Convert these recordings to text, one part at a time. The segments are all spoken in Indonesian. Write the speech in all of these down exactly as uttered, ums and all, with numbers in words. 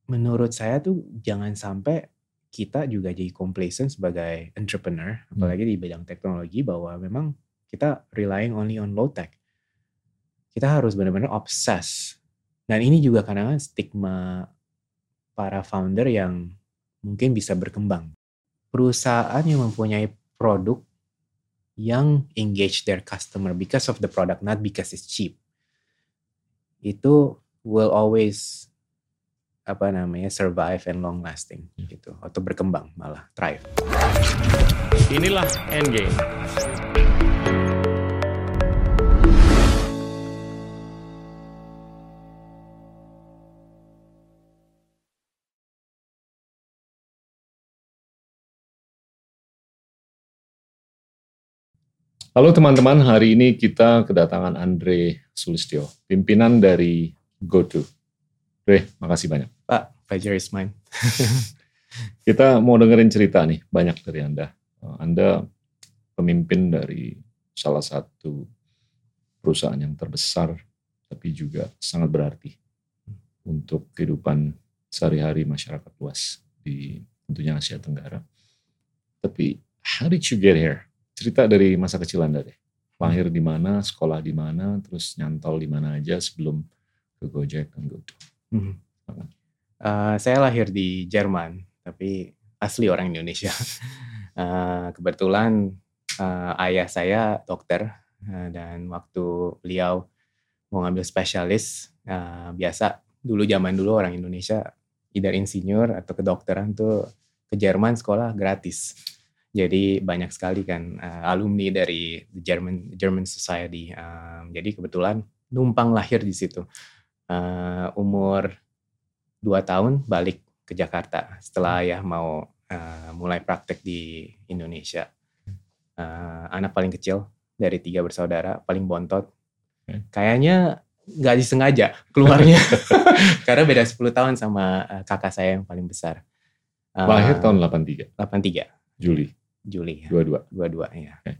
menurut saya tuh jangan sampai kita juga jadi complacent sebagai entrepreneur, Hmm. apalagi di bidang teknologi, bahwa memang kita relying only on low tech. Kita harus benar-benar obses. Dan ini juga kadang-kadang stigma para founder yang mungkin bisa berkembang. Perusahaan yang mempunyai produk yang engage their customer because of the product, not because it's cheap, itu will always apa namanya survive and long lasting gitu, atau berkembang malah thrive. Inilah Endgame. Halo teman-teman, hari ini kita kedatangan Andre Sulistyo, pimpinan dari GoTo. Andre, makasih banyak. Pak, pleasure is mine. Kita mau dengerin cerita nih, banyak dari Anda. Anda pemimpin dari salah satu perusahaan yang terbesar, tapi juga sangat berarti untuk kehidupan sehari-hari masyarakat luas di tentunya Asia Tenggara. Tapi, how did you get here? Cerita dari masa kecil Anda deh. Lahir di mana, sekolah di mana, terus nyantol di mana aja sebelum ke Gojek dan GoTo. Hmm. Uh, saya lahir di Jerman, tapi asli orang Indonesia. uh, kebetulan uh, ayah saya dokter, uh, dan waktu beliau mau ngambil spesialis, uh, biasa dulu zaman dulu orang Indonesia either insinyur atau kedokteran tuh ke Jerman sekolah gratis. Jadi banyak sekali kan uh, alumni dari the German German Society. Um, jadi kebetulan numpang lahir di situ. Uh, umur dua tahun balik ke Jakarta setelah ayah mau uh, mulai praktek di Indonesia. Uh, anak paling kecil dari tiga bersaudara, paling bontot. Kayaknya nggak disengaja keluarnya karena beda sepuluh tahun sama uh, kakak saya yang paling besar. Uh, Lahir tahun delapan tiga? delapan tiga. Juli? Juli. dua dua? dua dua ya. Okay.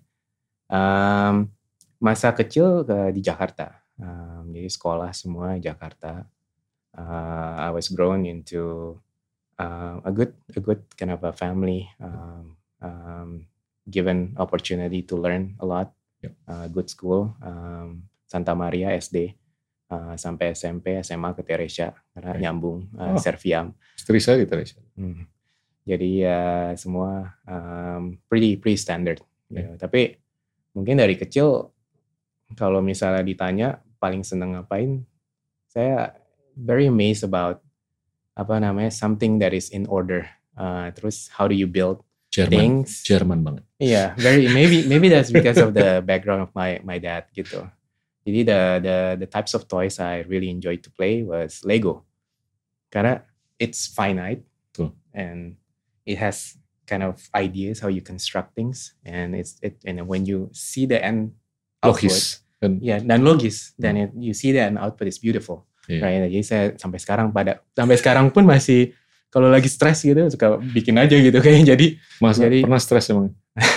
Um, masa kecil ke, di Jakarta. Um, jadi sekolah semua di Jakarta. Uh, I was grown into uh, a good a good kind of a family, um, um, given opportunity to learn a lot. Yep. Uh, good school, um, Santa Maria S D, uh, sampai S M P, S M A ke Teresia karena Okay. nyambung uh, Oh. Serviam. Istri saya di Teresia. Hmm. Jadi ya uh, semua um, pretty pretty standard. Okay. Gitu. Tapi mungkin dari kecil kalau misalnya ditanya paling seneng ngapain, saya very amazed about apa namanya something that is in order. Uh, terus how do you build Jerman, things? Jerman banget. Iya, yeah, very maybe maybe that's because of the background of my my dad gitu. Jadi the the the types of toys I really enjoyed to play was Lego. Karena it's finite. Tuh. And it has kind of ideas how you construct things, and it's it and when you see the end output, logis dan ya dan logis, then it, you see the end output is beautiful, yeah. right? Jadi saya sampai sekarang pada sampai sekarang pun masih kalau lagi stres gitu suka bikin aja gitu kayak jadi. Masa jadi, pernah stres emang?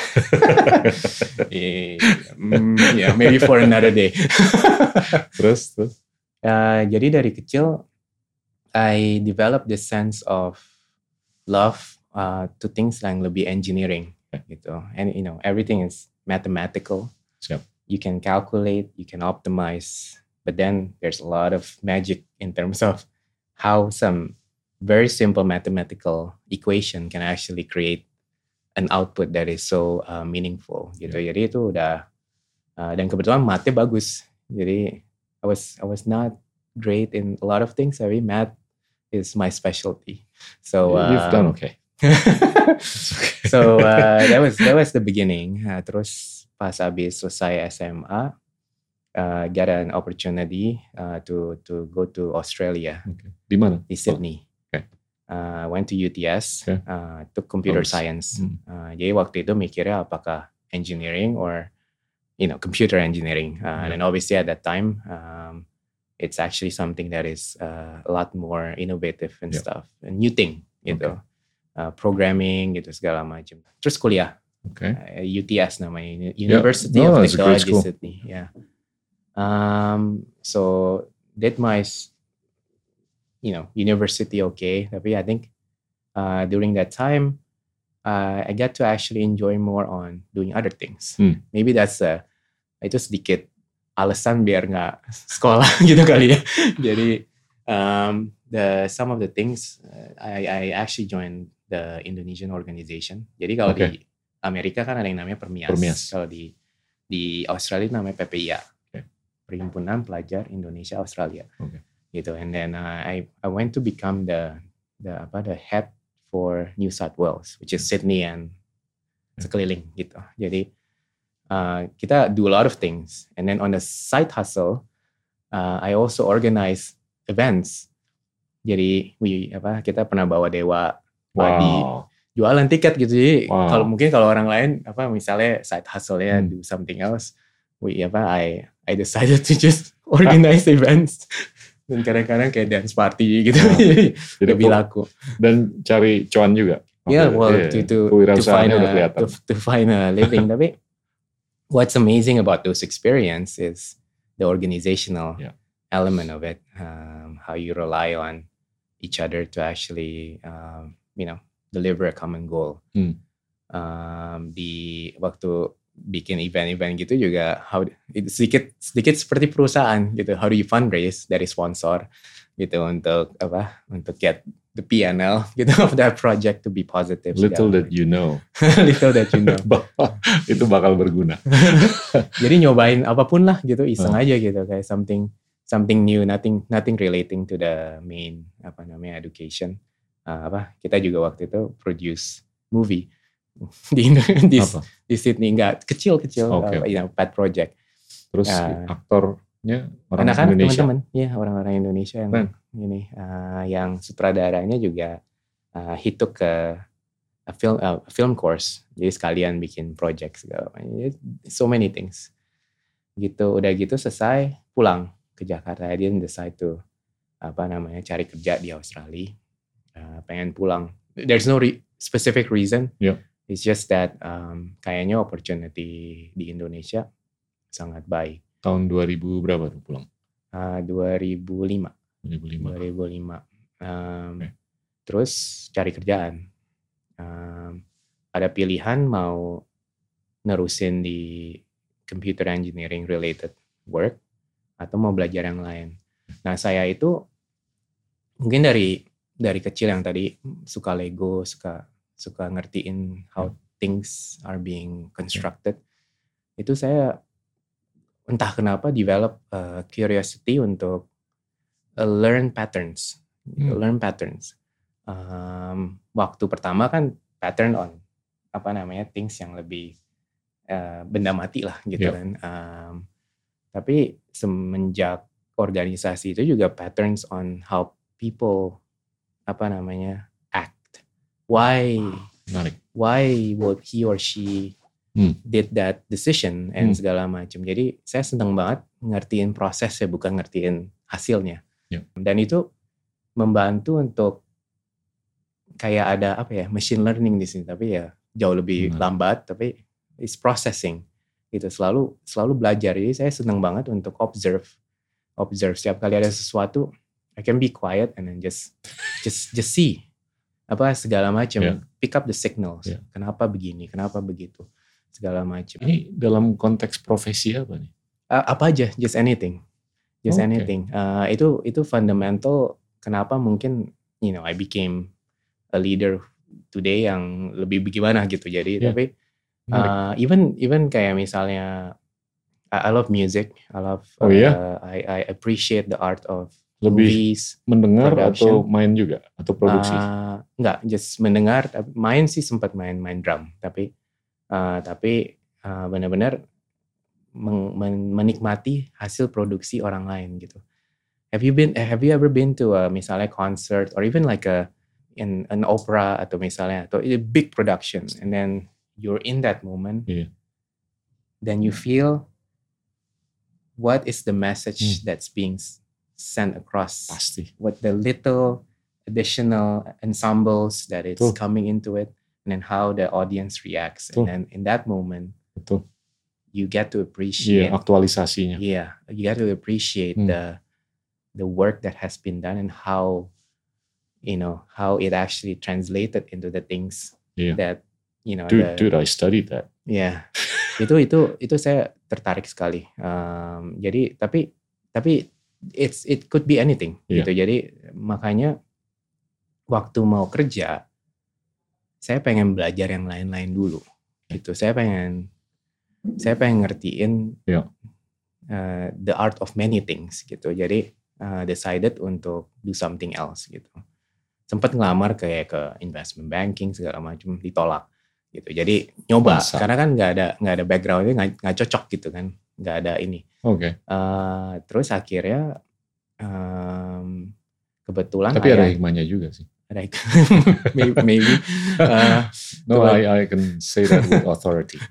yeah, mm, yeah, maybe for another day. terus terus. Uh, jadi dari kecil I developed this sense of love uh, to things yang lebih engineering gitu, and you know everything is mathematical. Siap. You can calculate, you can optimize, but then there's a lot of magic in terms of how some very simple mathematical equation can actually create an output that is so uh, meaningful gitu. Yeah. Jadi itu udah uh, dan kebetulan mate bagus. Jadi I was I was not great in a lot of things. I mean, math is my specialty. So uh, you've done okay. So uh, that was that was the beginning. Uh, terus pas habis selesai S M A, uh, get an opportunity uh, to to go to Australia. Okay. Di mana? Di Sydney. Oh, okay. Uh, went to U T S. Okay. Uh, took computer oh, science. Hmm. Uh, jadi waktu itu mikirnya apakah engineering or you know computer engineering. Uh, yeah. And obviously at that time, um, it's actually something that is uh, a lot more innovative and yeah. stuff, a new thing gitu. Okay. Uh, programming gitu segala macam. Terus kuliah, okay. uh, U T S namanya, University yeah. no, of Technology Sydney. Yeah. Um, so did my you know, university okay, tapi I think uh, during that time uh, I got to actually enjoy more on doing other things. Hmm. Maybe that's a itu sedikit alasan biar nggak sekolah gitu kali ya. Jadi um, the some of the things uh, I I actually joined the Indonesian organization. Jadi kalau Okay. di Amerika kan ada yang namanya Permias. Permias. Kalau di di Australia namanya P P I A. Okay. Perhimpunan Pelajar Indonesia Australia. Okay. Gitu. And then uh, I I went to become the the apa the head for New South Wales, which is Sydney and sekeliling gitu. Jadi uh, kita do a lot of things. And then on the side hustle, uh, I also organize events. Jadi we apa kita pernah bawa Dewa Padi Wow. jualan tiket gitu. Jadi Wow. kalau mungkin kalau orang lain apa misalnya side hustle-nya Hmm. do something else, we apa I I decided to just organize events. Dan kadang-kadang kayak dance party gitu. Wow. Jadi Jadi lebih pu- laku. dan cari cuan juga. Yeah, Oke, well, iya. to to to Kewirausahaannya find udah a kelihatan. to, to find a living. Tapi what's amazing about those experience is the organizational Yeah. element of it. Um, how you rely on each other to actually, um, you know, deliver a common goal. Hmm. Um, di waktu bikin event-event gitu juga, how itu sedikit sedikit seperti perusahaan gitu. How do you fundraise dari sponsor gitu untuk apa? Untuk get the P and L gitu of that project to be positive. Little segala that you know. macam. Little that you know. Bahwa itu bakal berguna. Jadi nyobain apapun lah gitu, iseng Hmm. aja gitu kayak something something new, nothing nothing relating to the main apa namanya education. Uh, apa kita juga waktu itu produce movie di di, Apa? di Sydney, enggak kecil-kecil, Oke. uh, you know, pet project. Terus Ya. aktornya orang Anak-anak Indonesia. teman-teman, ya orang-orang Indonesia yang Keren. ini uh, yang sutradaranya juga uh, he took a, a film a film course, jadi sekalian bikin project segala macam. So many things. Gitu, udah gitu selesai pulang ke Jakarta. Dia decide to apa namanya cari kerja di Australia. Uh, pengen pulang. There's no re- specific reason. Yeah. It's just that um, kayaknya opportunity di Indonesia sangat baik. Tahun dua ribu berapa tuh pulang? Uh, dua ribu lima. dua ribu lima. dua ribu lima. Um, Oke. Terus cari kerjaan. Um, ada pilihan mau nerusin di computer engineering related work atau mau belajar yang lain. Nah saya itu mungkin dari dari kecil yang tadi suka Lego, suka suka ngertiin how things are being constructed. Itu saya entah kenapa develop uh, curiosity untuk uh, learn patterns, Hmm. learn patterns. Um, waktu pertama kan pattern on apa namanya things yang lebih uh, benda mati lah gitu Yeah. kan. Um, tapi semenjak organisasi itu juga patterns on how people apa namanya act. Why Menarik. why would he or she Hmm. did that decision and Hmm. segala macam. Jadi saya senang banget ngertiin prosesnya bukan ngertiin hasilnya. Yeah. Dan itu membantu untuk kayak ada apa ya machine learning di sini, tapi ya jauh lebih Hmm. lambat, tapi it's processing gitu, selalu selalu belajar. Jadi saya senang banget untuk observe observe setiap kali ada sesuatu I can be quiet and then just just just see apa segala macam. Yeah. Pick up the signals. Yeah. Kenapa begini, kenapa begitu, segala macam. Ini dalam konteks profesi apa nih? Uh, apa aja, just anything, just Okay. anything. Uh, itu itu fundamental. Kenapa mungkin you know I became a leader today yang lebih bagaimana gitu. Jadi Yeah. tapi Menarik. uh, even even kayak misalnya I, I love music. I love. Oh, uh, iya? I I appreciate the art of Lebih movies. mendengar production. atau main juga atau produksi? Uh, enggak, just mendengar. Tapi main sih sempat main-main drum, tapi uh, tapi uh, benar-benar men- men- menikmati hasil produksi orang lain gitu. Have you been? Have you ever been to a, misalnya concert or even like a in an opera atau misalnya atau a big production, and then you're in that moment, Iya. then you feel what is the message Hmm. that's being s- sent across. Pasti. What the little additional ensembles that it's Betul. coming into it, and then how the audience reacts, Betul. and then in that moment Betul. you get to Iya, appreciate. aktualisasinya. Yeah, you get to appreciate Hmm. the the work that has been done and how you know how it actually translated into the things Yeah. that you know Dude, the, dude, I studied that. ya itu itu itu saya tertarik sekali. Um, jadi tapi tapi it's it could be anything Iya. gitu. Jadi makanya waktu mau kerja saya pengen belajar yang lain-lain dulu gitu. Saya pengen saya pengen ngertiin Iya. uh, the art of many things gitu. Jadi uh, decided untuk do something else gitu. Sempat ngelamar kayak ke investment banking segala macam, ditolak gitu. Jadi nyoba Masa? karena kan nggak ada nggak ada backgroundnya, nggak nggak cocok gitu kan, nggak ada ini. Oke. Uh, terus akhirnya um, kebetulan Tapi ada ayah- hikmahnya juga sih. ada maybe, maybe uh, No, Kebetulan- I, I can say that with authority.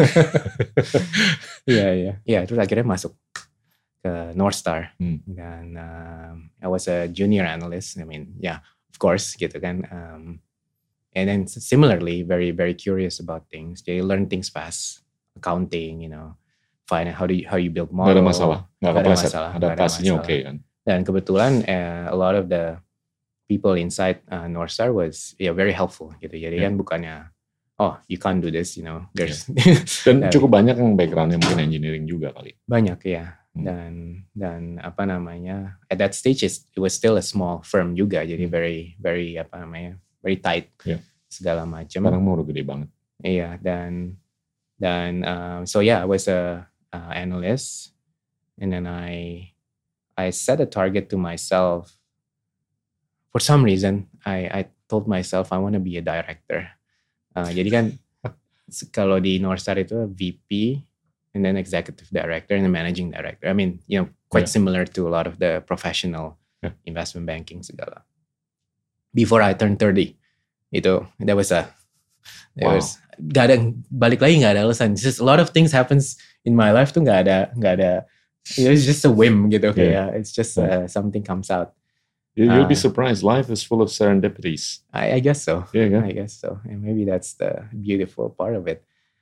Iya iya iya terus akhirnya masuk ke North Star Hmm. dan um, I was a junior analyst. I mean yeah of course gitu kan. Um, and then similarly very very curious about things. Jadi learn things fast, accounting, you know, find how do you, how you build model. Nggak ada masalah. Nggak Nggak ada kepleset. masalah, nggak ada Adaptasinya masalah. oke kan. Dan kebetulan uh, a lot of the people inside uh, North Star was yeah very helpful gitu. Jadi Yeah. kan bukannya oh you can't do this, you know. There's Dan Ya. cukup banyak yang backgroundnya mungkin engineering juga kali. banyak ya. Hmm. Dan dan apa namanya at that stage is- it was still a small firm juga. Jadi Hmm. very very apa namanya very tight Yeah. segala macam. Sekarang mau udah gede banget. Iya dan dan um, so yeah I was a uh, analyst and then I I set a target to myself. For some reason I I told myself I want to be a director. Uh, jadi kan s- kalau di North Star itu V P and then executive director and then managing director. I mean you know quite Yeah. similar to a lot of the professional Yeah. investment banking segala. Before I turned thirty itu that was a There Wow. was gak ada balik lagi nggak ada alasan. It's just a lot of things happens in my life tuh nggak ada nggak ada. It's just a whim gitu kayak. It's just uh, something comes out. You, you'll be Ah. surprised. Life is full of serendipities. I, I guess so. Iya kan? I guess so. And maybe that's the beautiful part of it.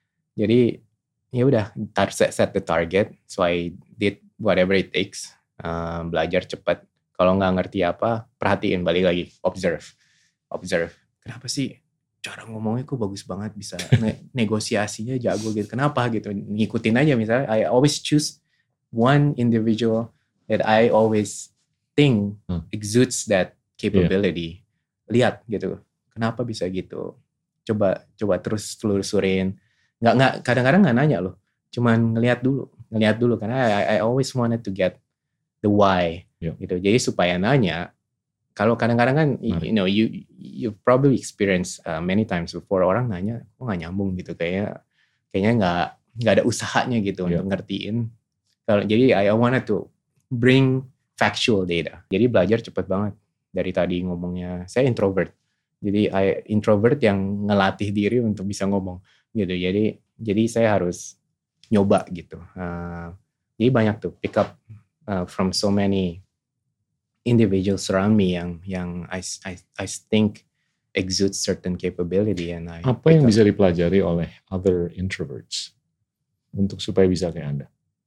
Jadi ya udah tar set, set the target. So I did whatever it takes. Um, belajar cepat. Kalau nggak ngerti apa, perhatiin balik lagi. Observe, observe. Kenapa sih cara ngomongnya kok bagus banget, bisa ne- negosiasinya jago gitu. Kenapa gitu? Ngikutin aja misalnya. I always choose one individual that I always think Hmm. exudes that capability. Lihat gitu. Kenapa bisa gitu? Coba coba terus telusurin. Nggak nggak kadang-kadang nggak nanya loh. Cuman ngelihat dulu, ngelihat dulu karena I, I always wanted to get the why Yeah. gitu. Jadi supaya nanya. Kalau kadang-kadang kan y- Menarik. you know you you probably experience uh, many times before orang nanya kok nggak nyambung gitu kayak kayaknya nggak nggak ada usahanya gitu Yeah. untuk ngertiin. Kalau jadi I wanted to bring factual data. Jadi belajar cepet banget. Dari tadi ngomongnya, saya introvert. Jadi I introvert yang ngelatih diri untuk bisa ngomong gitu. Jadi jadi saya harus nyoba gitu. Uh, jadi banyak tuh pick up uh, from so many individuals around me yang yang I I I think exude certain capability and I Apa pick yang up. bisa dipelajari oleh other introverts untuk supaya bisa kayak Anda?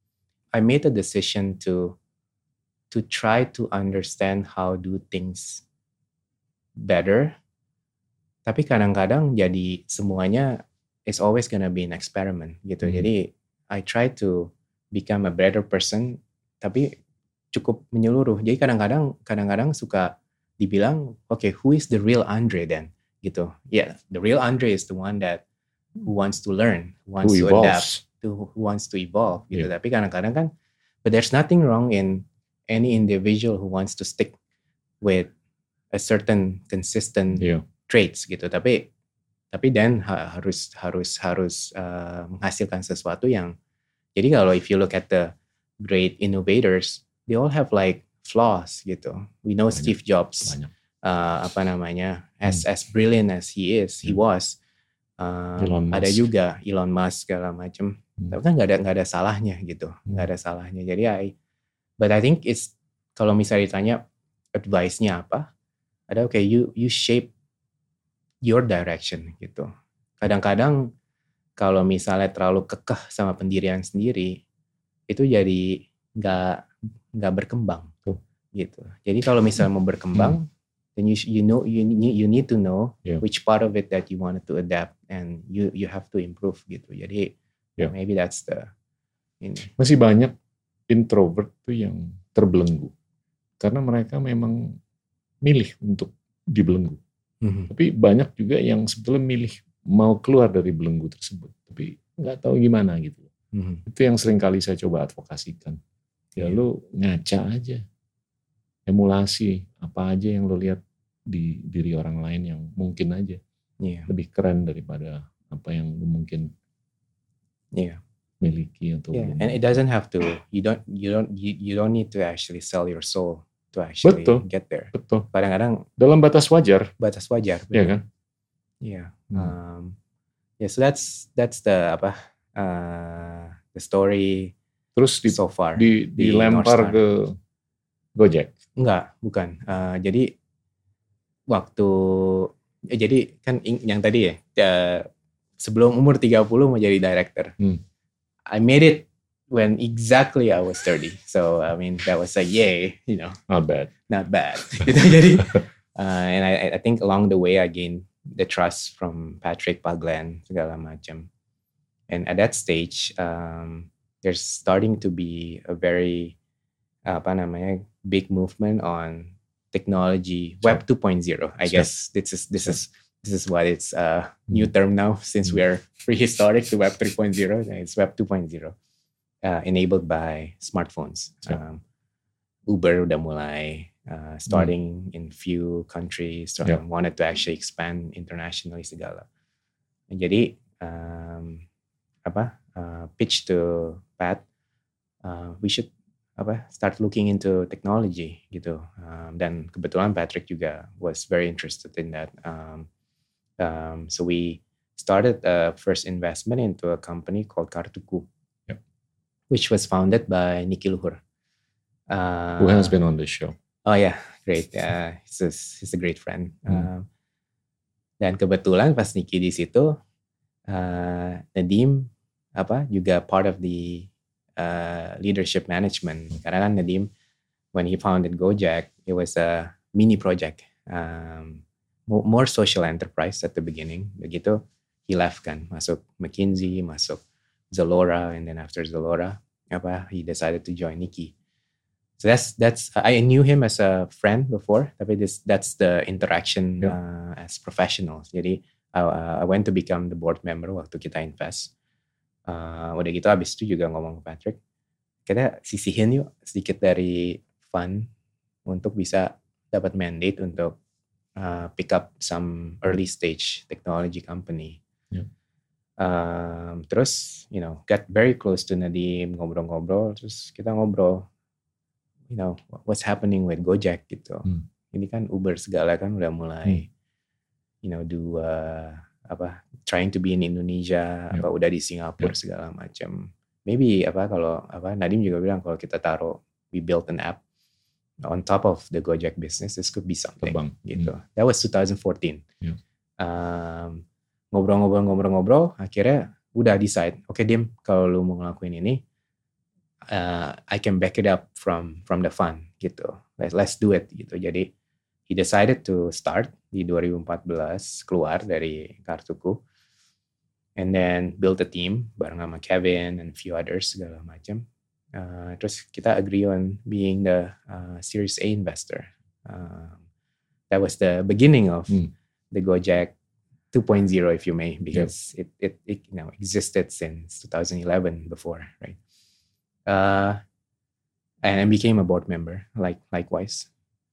I made a decision to to try to understand how do things better. Tapi kadang-kadang jadi semuanya is always gonna be an experiment gitu. Hmm. Jadi I try to become a better person tapi cukup menyeluruh. Jadi kadang-kadang kadang-kadang suka dibilang, okay, who is the real Andre then? Gitu. Yeah, the real Andre is the one that who wants to learn, who wants Who to adapt, evolves? to who wants to evolve gitu. Yeah. Tapi kadang-kadang kan, but there's nothing wrong in any individual who wants to stick with a certain consistent Iya. traits gitu. Tapi tapi then ha- harus harus harus uh, menghasilkan sesuatu yang jadi kalau if you look at the great innovators, they all have like flaws gitu. We know Banyak. Steve Jobs, Banyak. uh, apa namanya, as as brilliant as he is, he Hmm. was. Um, Elon ada Musk. juga Elon Musk segala macam. Hmm. Tapi kan nggak ada nggak ada salahnya gitu, nggak ada salahnya. Jadi I, but I think it's kalau misalnya ditanya advice-nya apa, ada okay you you shape your direction gitu. Kadang-kadang kalau misalnya terlalu kekeh sama pendirian sendiri, itu jadi nggak nggak berkembang, Tuh. gitu. Jadi kalau misalnya mau berkembang, then you you know you you need to know Yeah. which part of it that you wanted to adapt and you you have to improve gitu. Jadi Yeah. maybe that's the ini. Masih banyak introvert tuh yang terbelenggu karena mereka memang milih untuk dibelenggu. Mhm. Tapi banyak juga yang sebetulnya milih mau keluar dari belenggu tersebut, tapi nggak tahu gimana gitu. Mhm. Itu yang sering kali saya coba advokasikan. Ya Iya. lu ngaca aja, emulasi apa aja yang lu lihat di diri orang lain yang mungkin aja Iya. lebih keren daripada apa yang lu mungkin Iya. miliki atau Yeah, belum. and it doesn't have to. You don't. You don't. You, you don't need to actually sell your soul to actually Betul. get there. Betul. Kadang-kadang Dalam batas wajar, batas wajar. ya kan? Yeah. Hmm. Um, yeah. So that's that's the apa? Uh, the story Terus di, so far. di, di dilempar North Star. ke Gojek. Enggak, bukan. Uh, jadi waktu eh, jadi kan ing- yang tadi ya, uh, sebelum umur tiga puluh mau jadi director. Hmm. I made it when exactly I was thirty. So I mean that was like yay, you know, Not bad. not bad. Gitu. Jadi uh, and I, I think along the way I gained the trust from Patrick, Paglen, segala macam. And at that stage, um, there's starting to be a very apa namanya big movement on technology, Web two point oh. I Sure. guess this is this is this is what it's a uh, new term now since we're prehistoric to Web three point oh. It's Web two point oh, uh, enabled by smartphones. Sure. Um, Uber udah mulai uh, starting in few countries, so Yeah. wanted to actually expand internationally segala. Jadi um, apa uh, pitch to Pat, uh, we should apa start looking into technology gitu. Um, dan kebetulan Patrick juga was very interested in that. Um, um, so we started a first investment into a company called Kartuku, Yep. which was founded by Nicky Luhur. Uh, Who has been on this show? Oh yeah, great. Uh, he's, a, he's a great friend. Hmm. Um, dan kebetulan pas Nicky di situ, uh, Nadim apa juga part of the uh, leadership management. Karena kan Nadim, when he founded Gojek, it was a mini project, um, more, more social enterprise at the beginning. Begitu he left kan, masuk McKinsey, masuk Zalora, and then after Zalora, apa he decided to join Nicky. So that's that's I knew him as a friend before, tapi this that's the interaction Yeah. uh, as professionals. Jadi I, I went to become the board member waktu kita invest. Uh, udah gitu abis itu juga ngomong ke Patrick, kita sisihin yuk sedikit dari fund untuk bisa dapat mandate untuk uh, pick up some early stage technology company. Yeah. Um, terus you know got very close to Nadim, ngobrol-ngobrol, terus kita ngobrol. You know what's happening with Gojek gitu. Hmm. Ini kan Uber segala kan udah mulai, you know, do uh, apa trying to be in Indonesia, Yeah. apa udah di Singapura Yeah. segala macam. Maybe apa kalau apa Nadim juga bilang kalau kita taruh we built an app on top of the Gojek business, this could be something Terbang. gitu. That was twenty fourteen. Yeah. Um, ngobrol-ngobrol-ngobrol-ngobrol, akhirnya udah decide, oke okay, Dim, kalau lu mau ngelakuin ini, uh, I can back it up from from the fund gitu. Let's let's do it gitu. Jadi he decided to start di dua ribu empat belas, keluar dari Kartuku, and then build a team bareng sama Kevin and few others segala macam. Uh, terus kita agree on being the uh, Series A investor. Um, that was the beginning of Hmm. the Gojek two point oh, if you may, because it, it it you know existed since two thousand eleven before, right? Uh, and I became a board member, like likewise.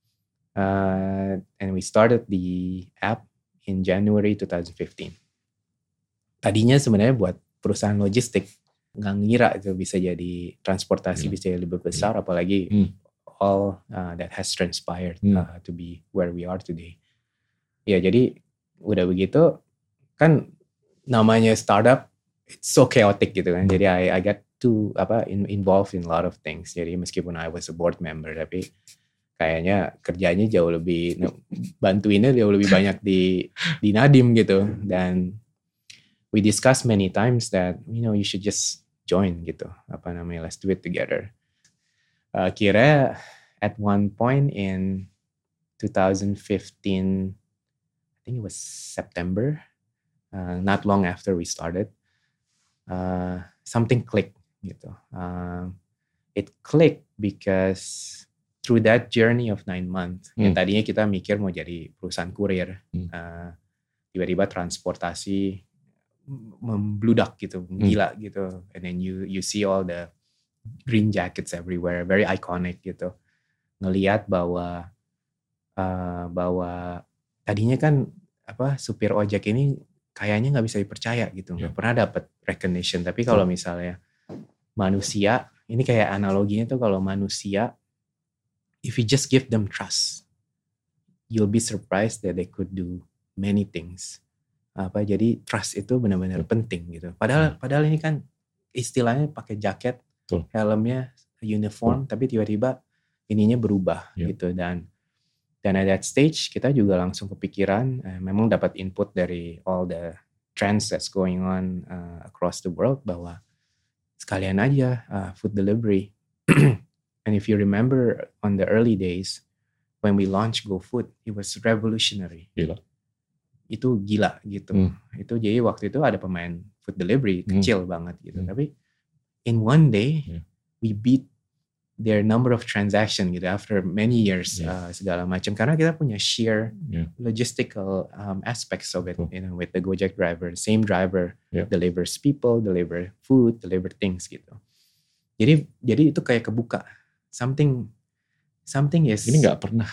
Uh, and we started the app in January twenty fifteen. Tadinya sebenarnya buat perusahaan logistik, nggak ngira itu bisa jadi transportasi, Hmm. bisa jadi lebih besar, apalagi Hmm. all uh, that has transpired Hmm. uh, to be where we are today. Ya jadi udah begitu kan namanya startup, it's so chaotic gitu kan. Jadi I, I got to apa in, involved in a lot of things. Jadi meskipun I was a board member, tapi kayaknya kerjanya jauh lebih bantuinnya jauh lebih banyak di di Nadim gitu. Dan we discussed many times that you know you should just join gitu. Apa namanya, let's do it together. Akhirnya at one point in twenty fifteen, I think it was September, uh, not long after we started, uh, something clicked gitu. Uh, it clicked because through that journey of nine months, Hmm. yang tadinya kita mikir mau jadi perusahaan kurir, Hmm. uh, tiba-tiba transportasi membludak gitu, gila gitu, and then you you see all the green jackets everywhere, very iconic gitu. Ngelihat bahwa uh, bahwa tadinya kan apa supir ojek ini kayaknya nggak bisa dipercaya gitu, nggak Yeah. pernah dapat recognition. Tapi kalau misalnya manusia, ini kayak analoginya tuh kalau manusia, if you just give them trust, you'll be surprised that they could do many things. Apa jadi trust itu benar-benar Betul. penting gitu. Padahal padahal ini kan istilahnya pakai jaket, Betul. helmnya, uniform, tapi tiba-tiba ininya berubah Yeah. gitu. Dan dan at that stage kita juga langsung kepikiran, eh, memang dapat input dari all the trends that's going on uh, across the world bahwa sekalian aja uh, food delivery. And if you remember on the early days when we launched GoFood, it was revolutionary. Gila. Itu gila gitu. Hmm. Itu jadi waktu itu ada pemain food delivery Hmm. kecil banget gitu. Hmm. Tapi in one day Yeah. we beat their number of transaction gitu after many years uh, Yeah. segala macam, karena kita punya sheer Yeah. logistical um, aspects of it. Betul. You know, with the Gojek driver, same driver Yeah. delivers people, deliver food, deliver things gitu. Jadi jadi itu kayak kebuka. Something something is Ini nggak pernah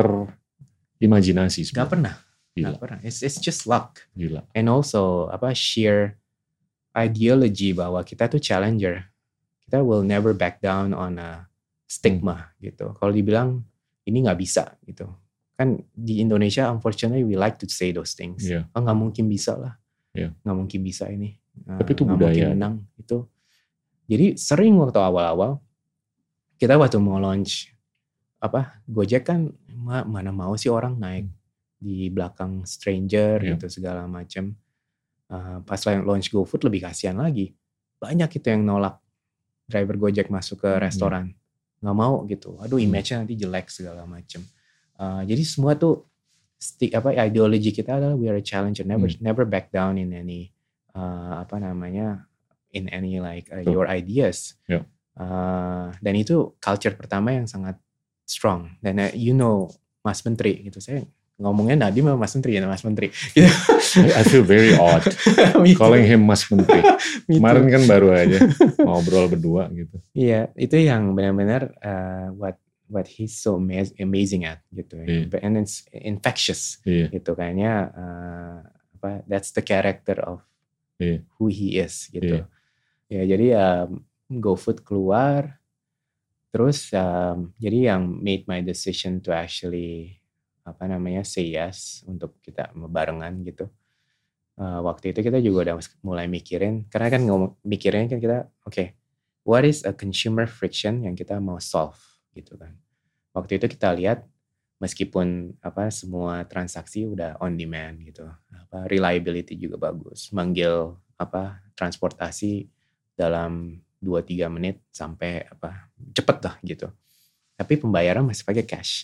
terimajinasi nggak sebenarnya. pernah Gila, nggak pernah. It's it's just luck. gila. And also apa sheer ideology bahwa kita tuh challenger. Kita will never back down on a stigma gitu. Kalau dibilang ini nggak bisa gitu. Kan di Indonesia unfortunately we like to say those things. Iya. Oh nggak mungkin bisa lah. Iya. Nggak mungkin bisa ini. Tapi itu nggak budaya. mungkin menang itu. Jadi sering waktu awal-awal kita waktu mau launch apa Gojek kan ma- mana mau sih orang naik di belakang stranger Iya. gitu segala macam. Uh, pas launch GoFood lebih kasihan lagi. Banyak itu yang nolak driver Gojek masuk ke restoran. Nggak mau gitu. Aduh Hmm. image-nya nanti jelek segala macam. Uh, jadi semua tuh stick apa ideologi kita adalah we are a challenger, never Hmm. never back down in any uh, apa namanya in any like uh, Betul. your ideas. Ya. Uh, dan itu culture pertama yang sangat strong. Dan uh, you know Mas Menteri gitu, saya ngomongnya Nadiem sama Mas Menteri ya Mas Menteri. Gitu. I feel very odd Me too. calling him Mas Menteri. Me too. Kemarin kan baru aja ngobrol berdua gitu. Iya, itu yang benar-benar uh, what what he's so ama- amazing at gitu. Iya. And it's infectious Iya. gitu kayaknya uh, apa that's the character of Iya. who he is gitu. Iya. Ya jadi um, GoFood keluar terus um, jadi yang made my decision to actually apa namanya say yes untuk kita barengan gitu. Uh, waktu itu kita juga udah mulai mikirin karena kan ngomong mikirin kan kita oke okay, what is a consumer friction yang kita mau solve gitu kan. Waktu itu kita lihat meskipun apa semua transaksi udah on demand gitu, apa reliability juga bagus, manggil apa transportasi dalam dua tiga menit sampai apa cepet lah gitu. Tapi pembayaran masih pakai cash.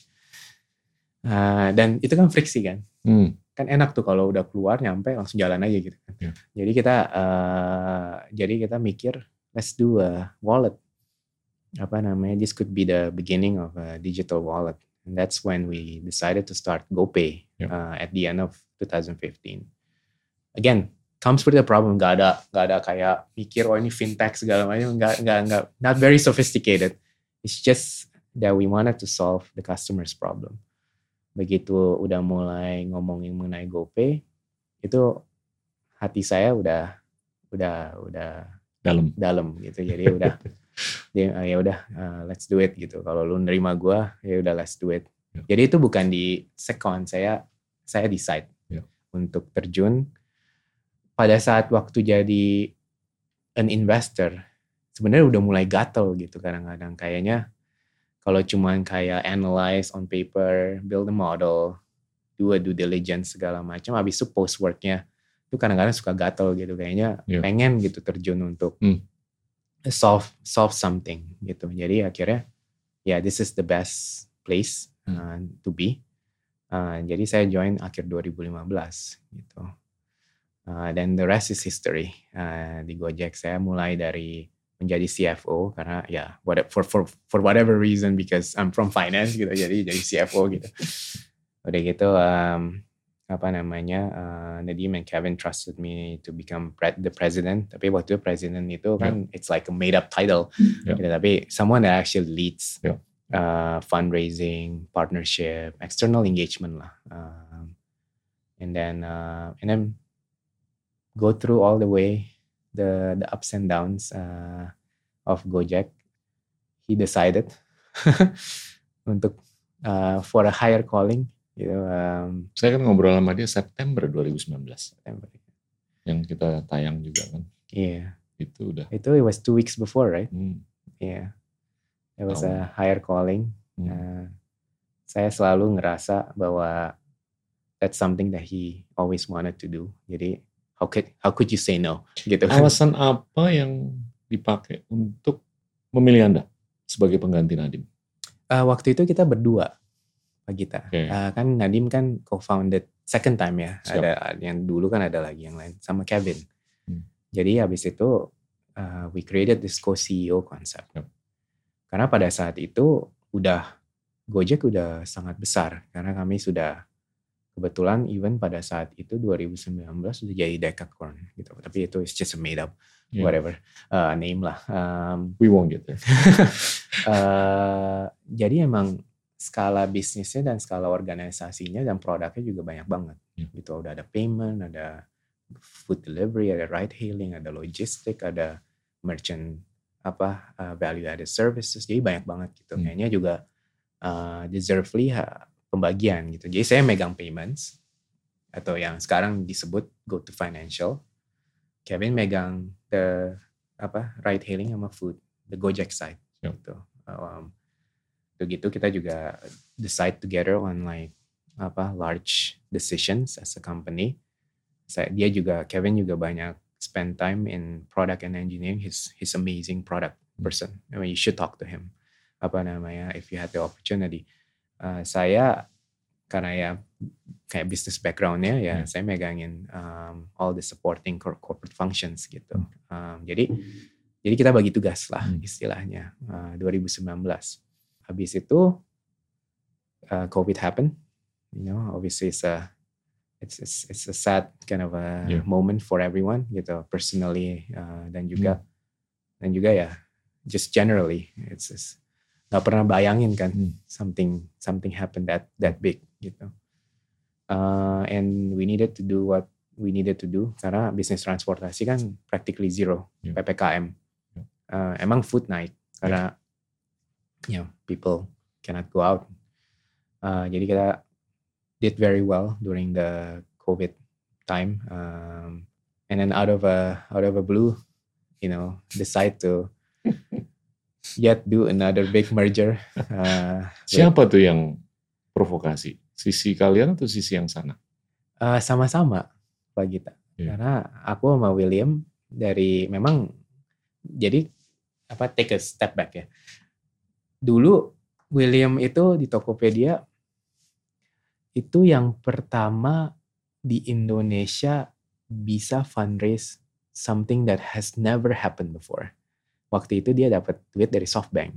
Uh, dan itu kan friksi kan. Hmm. Kan enak tuh kalau udah keluar nyampe langsung jalan aja gitu kan. Yeah. Jadi kita uh, jadi kita mikir let's do a wallet. Apa namanya? This could be the beginning of a digital wallet. And that's when we decided to start GoPay Yeah. uh, at the end of twenty fifteen. Again, comes with a problem. Gak ada gak ada kayak mikir oh ini fintech segala macam. Gak gak gak not very sophisticated. It's just that we wanted to solve the customer's problem. Begitu udah mulai ngomongin mengenai GoPay, itu hati saya udah udah udah Dalam. dalam gitu. Jadi udah dia, ya udah uh, let's do it gitu. Kalau lu nerima gua, ya udah let's do it. Ya. Jadi itu bukan di second saya saya decide Ya. untuk terjun. Pada saat waktu jadi an investor, sebenarnya udah mulai gatel gitu kadang-kadang kayaknya. Kalau cuman kayak analyze on paper, build a model, do a due diligence segala macam, habis itu post worknya itu kadang-kadang suka gatel gitu kayaknya Yeah. pengen gitu terjun untuk Hmm. solve solve something gitu. Jadi akhirnya yeah, this is the best place uh, to be. Uh, jadi saya join akhir dua ribu lima belas gitu. Uh, dan the rest is history. Uh, di Gojek saya mulai dari menjadi C F O karena ya yeah, for for for whatever reason because I'm from finance gitu, jadi jadi C F O gitu. Udah gitu um, apa namanya uh, Nadim and Kevin trusted me to become pre- the president. Tapi waktu itu president itu kan yeah. it's like a made up title. Yeah. Gitu, tapi someone that actually leads yeah. uh, fundraising, partnership, external engagement lah. Uh, and then uh, and then go through all the way the the ups and downs uh, of Gojek. He decided untuk uh, for a higher calling. You know, um, saya kan ngobrol sama dia September dua ribu sembilan belas. September. Yang kita tayang juga kan. Iya. Yeah. Itu udah. Itu it was two weeks before, right? Hmm. Iya. Yeah. It was oh. a higher calling. Hmm. Uh, saya selalu ngerasa bahwa that's something that he always wanted to do. Jadi how could how could you say no? Gitu. Alasan apa yang dipakai untuk memilih Anda sebagai pengganti Nadim? Uh, waktu itu kita berdua. Gita. Okay. Uh, kan Nadim kan co-founded second time ya. Siap. Ada yang dulu kan ada lagi yang lain sama Kevin. Hmm. Jadi habis itu uh, we created this co-C E O concept. Yep. Karena pada saat itu udah Gojek udah sangat besar karena kami sudah kebetulan even pada saat itu dua ribu sembilan belas sudah jadi decacorn gitu. Tapi itu it's just a made up yeah. whatever uh, name lah. Um, We won't get there. uh, jadi emang skala bisnisnya dan skala organisasinya dan produknya juga banyak banget. Yeah. Gitu udah ada payment, ada food delivery, ada ride hailing, ada logistik, ada merchant apa uh, value added services. Jadi banyak banget gitu. Hmm. Kayaknya juga uh, deservedly uh, pembagian gitu. Jadi saya megang payments atau yang sekarang disebut go to financial. Kevin megang the apa ride hailing sama food, the Gojek side yeah. gitu. Um, Begitu kita juga decide together on like apa large decisions as a company. Saya, dia juga Kevin juga banyak spend time in product and engineering. He's he's amazing product person. I mean, you should talk to him. Apa namanya if you had the opportunity. Uh, saya karena ya kayak business backgroundnya ya, yeah. saya megangin um, all the supporting corporate functions gitu. Um, jadi jadi kita bagi tugas lah istilahnya uh, dua ribu sembilan belas. Habis itu uh, COVID happened, you know, obviously it's a it's it's, it's a sad kind of a yeah. moment for everyone, gitu, personally uh, dan juga mm. dan juga ya, just generally, it's, it's nggak pernah bayangin kan mm. something something happened that that big, gitu, uh, and we needed to do what we needed to do karena bisnis transportasi kan practically zero, yeah. P P K M, yeah. uh, emang food naik karena yeah. you know, people cannot go out. Uh, jadi kita did very well during the COVID time, um, and then out of a out of a blue, you know, decide to yet do another big merger. Uh, Siapa with, tuh yang provokasi? Sisi kalian atau sisi yang sana? Uh, sama-sama, Pak Gita. Yeah. Karena aku sama William dari memang jadi apa take a step back ya. Dulu William itu di Tokopedia itu yang pertama di Indonesia bisa fundraise something that has never happened before. Waktu itu dia dapat duit dari SoftBank.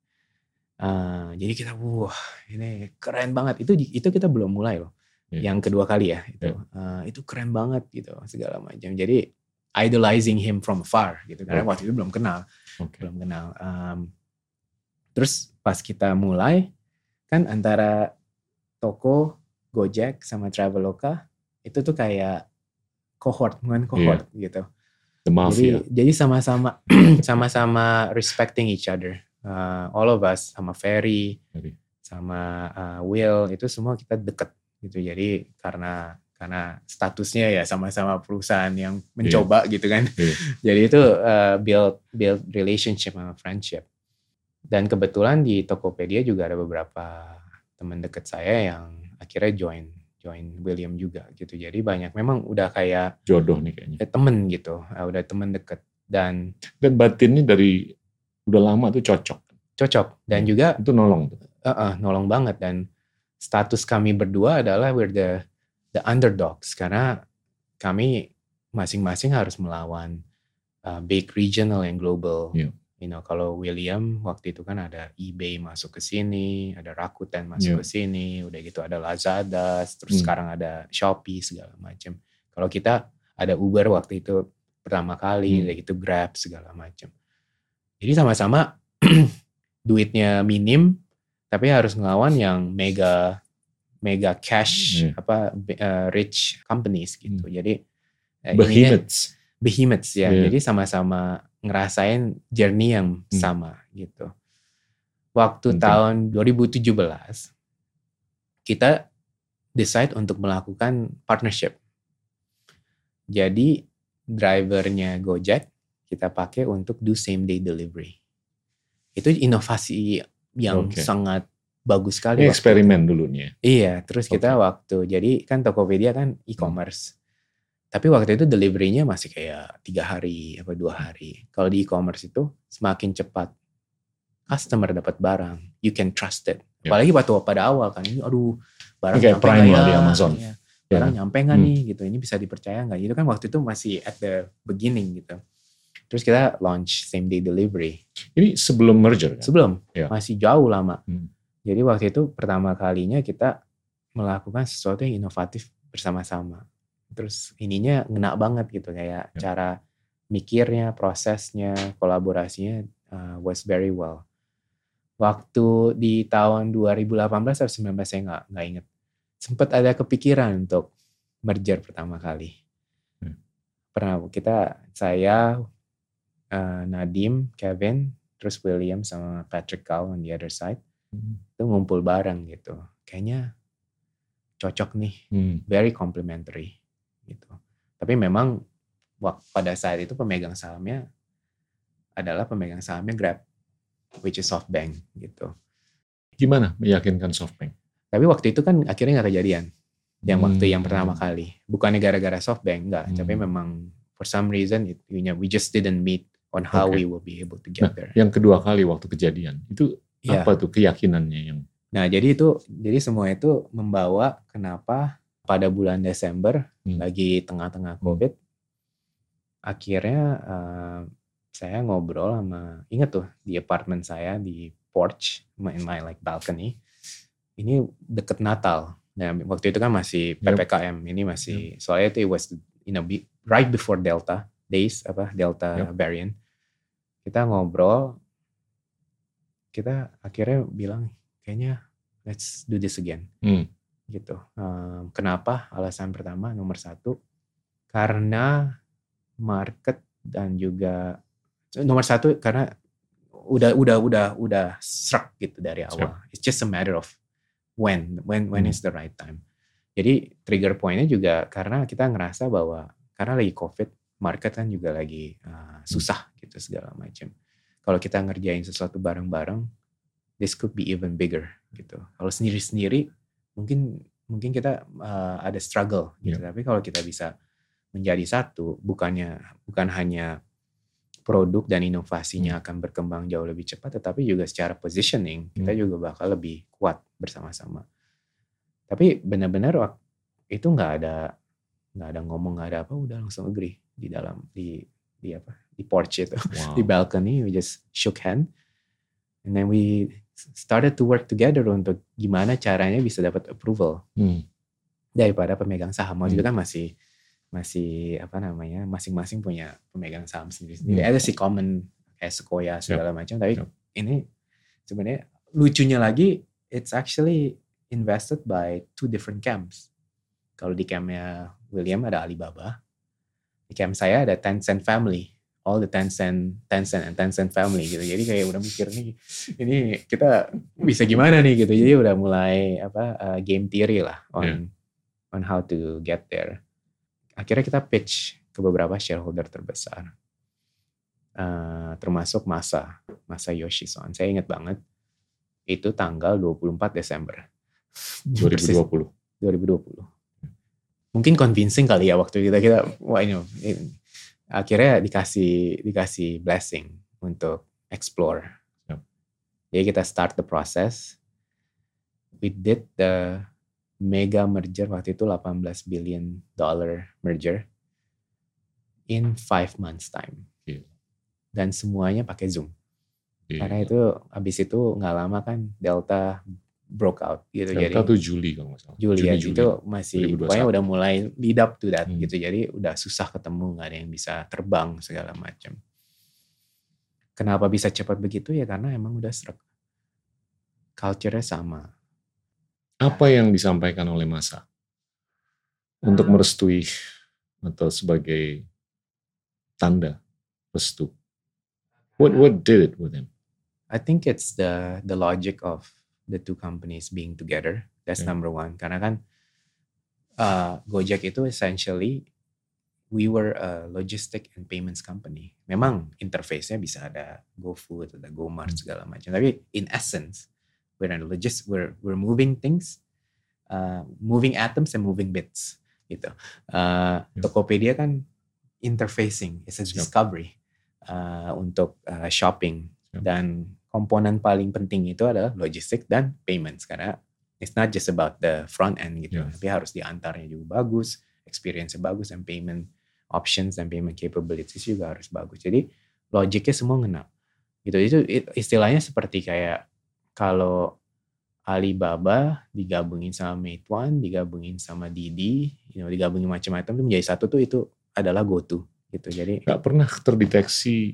Uh, jadi kita wah ini keren banget. Itu itu kita belum mulai loh. Yeah. Yang kedua kali ya itu yeah. uh, itu keren banget gitu segala macam. Jadi idolizing him from afar gitu karena okay. waktu itu belum kenal, okay. belum kenal. Um, Terus pas kita mulai, kan antara Toko, Gojek, sama Traveloka, itu tuh kayak cohort, bukan cohort yeah. gitu. The mafia. Jadi, jadi sama-sama sama-sama respecting each other. Uh, all of us, sama Ferry, Ferry. sama uh, Will, itu semua kita deket gitu. Jadi karena karena statusnya ya sama-sama perusahaan yang mencoba yeah. gitu kan. Yeah. Jadi itu uh, build build relationship sama friendship. Dan kebetulan di Tokopedia juga ada beberapa teman dekat saya yang akhirnya join join William juga gitu. Jadi banyak memang udah kayak jodoh nih kayaknya. Ya temen gitu, udah temen deket dan dan batinnya dari udah lama tuh cocok. cocok dan juga Itu nolong. uh, uh, nolong banget, dan status kami berdua adalah we're the the underdogs karena kami masing-masing harus melawan uh, big regional and global. Yeah. You know, kalau William waktu itu kan ada eBay masuk ke sini, ada Rakuten masuk Yeah. ke sini, udah gitu ada Lazada, terus Hmm. sekarang ada Shopee segala macam. Kalau kita ada Uber waktu itu pertama kali, Hmm. udah gitu Grab segala macam. Jadi sama-sama duitnya minim, tapi harus ngelawan yang mega mega cash Yeah. apa uh, rich companies gitu. Hmm. Jadi uh, ininya Behemoths. behemoths ya. Yeah. Jadi sama-sama ngerasain journey yang Hmm. sama gitu. Waktu Penting. tahun dua ribu tujuh belas kita decide untuk melakukan partnership. Jadi drivernya Gojek kita pakai untuk do same day delivery. Itu inovasi yang Oke. sangat bagus sekali. Ini waktu eksperimen dulu nih ya. Iya, terus kita Oke. waktu, jadi kan Tokopedia kan e-commerce. Tapi waktu itu delivery-nya masih kayak tiga hari, apa dua hari. Kalau di e-commerce itu semakin cepat customer dapat barang, you can trust it. Ya. Apalagi waktu pada awal kan, ini aduh barang Ini kayak nyampe Prime nggak lah ya? di Amazon. Iya, Ya barang kan? nyampe nggak Hmm. nih gitu, ini bisa dipercaya nggak? Itu kan waktu itu masih at the beginning gitu. Terus kita launch same day delivery. Ini sebelum merger kan? Sebelum, Ya. masih jauh lama. Hmm. Jadi waktu itu pertama kalinya kita melakukan sesuatu yang inovatif bersama-sama. Terus ininya ngena banget gitu, kayak Ya. cara mikirnya, prosesnya, kolaborasinya uh, was very well. Waktu di tahun dua ribu delapan belas atau sembilan belas saya nggak nggak inget, sempat ada kepikiran untuk merger pertama kali. Hmm. Pernah kita, saya, uh, Nadim, Kevin, terus William sama Patrick Cow on the other side. Hmm. Itu ngumpul bareng gitu. Kayaknya cocok nih, Hmm. very complementary gitu. Tapi memang wak- pada saat itu pemegang sahamnya adalah pemegang sahamnya Grab, which is SoftBank gitu. Gimana meyakinkan SoftBank? Tapi waktu itu kan akhirnya nggak kejadian. Yang waktu yang Hmm. pertama kali. Bukannya gara-gara SoftBank, enggak. Hmm. Tapi memang for some reason it, you know, we just didn't meet on how Oke. we will be able to get Nah, there. yang kedua kali waktu kejadian, itu Ya. apa tuh keyakinannya yang Nah, jadi itu, jadi semua itu membawa kenapa pada bulan Desember, Hmm. lagi tengah-tengah Hmm. COVID, akhirnya uh, saya ngobrol sama, ingat tuh di apartemen saya di porch, in my like balcony, ini deket Natal. Nah, waktu itu kan masih P P K M, ini masih, soalnya itu it was, you know, be- right before Delta days, apa Delta Yep. variant. Kita ngobrol, kita akhirnya bilang, kayaknya let's do this again. Hmm. Gitu. Um, kenapa? Alasan pertama, nomor satu, karena market dan juga nomor satu karena udah udah udah udah struck gitu dari awal. It's just a matter of when when when Hmm. is the right time. Jadi trigger pointnya juga karena kita ngerasa bahwa karena lagi COVID, market kan juga lagi uh, susah gitu segala macam. Kalau kita ngerjain sesuatu bareng-bareng, this could be even bigger gitu. Kalau sendiri-sendiri mungkin mungkin kita uh, ada struggle gitu. Yeah. Tapi kalau kita bisa menjadi satu, bukannya bukan hanya produk dan inovasinya Hmm. akan berkembang jauh lebih cepat, tetapi juga secara positioning kita Hmm. juga bakal lebih kuat bersama-sama. Tapi benar-benar wak- itu nggak ada nggak ada ngomong, nggak ada apa, udah langsung agree di dalam di di apa di porch itu. wow. Di balcony, we just shook hand, and then we started to work together untuk gimana caranya bisa dapat approval Hmm. daripada pemegang saham. Waktu Hmm. itu kan masih masih apa namanya, masing-masing punya pemegang saham sendiri-sendiri. Hmm. Ada si common kayak Sequoia segala macam, tapi Yep. ini sebenarnya lucunya lagi, it's actually invested by two different camps. Kalau di campnya William ada Alibaba, di camp saya ada Tencent family, all the Tencent, Tencent and Tencent family gitu. Jadi kayak udah mikir nih, ini kita bisa gimana nih gitu. Jadi udah mulai apa uh, game theory lah on Yeah. on how to get there. Akhirnya kita pitch ke beberapa shareholder terbesar, uh, termasuk Masa, Masa Yoshison. Saya ingat banget, itu tanggal dua puluh empat Desember dua ribu dua puluh. dua ribu dua puluh. Mungkin convincing kali ya waktu kita kita wah ini, ini akhirnya dikasih dikasih blessing untuk explore. Yep. Jadi kita start the process. We did the mega merger waktu itu delapan belas billion dollar merger in five months time. Gila. Dan semuanya pakai Zoom. Gila. Karena itu abis itu nggak lama kan Delta broke out gitu. Delta Jadi tuh Juli kalau nggak salah. Juli, ya, Juli itu masih dua ribu dua puluh satu. pokoknya udah mulai lead up to that Hmm. gitu. Jadi udah susah ketemu, nggak ada yang bisa terbang segala macam. Kenapa bisa cepat begitu ya karena emang udah serak. Culture-nya sama. Apa yang disampaikan oleh massa untuk merestui atau sebagai tanda restu? What what did it with him? I think it's the the logic of the two companies being together. That's Okay. number one. Karena kan uh, Gojek itu essentially we were a logistic and payments company. Memang interface-nya bisa ada GoFood, ada GoMart segala macam. Tapi in essence we're a logist, we're we're moving things, uh, moving atoms and moving bits gitu. Uh, Yep. Tokopedia kan interfacing, it's a Yep. discovery uh, untuk uh, shopping. Yep. Dan komponen paling penting itu adalah logistik dan payments karena it's not just about the front end gitu, Yeah. tapi harus diantarnya juga bagus, experience-nya bagus, dan payment options dan payment capabilities juga harus bagus. Jadi logiknya semua ngena. Gitu. Itu istilahnya seperti kayak kalau Alibaba digabungin sama Meituan, digabungin sama Didi, you know, digabungin macam-macam itu menjadi satu tuh itu adalah GoTo gitu. Jadi Gak pernah terdeteksi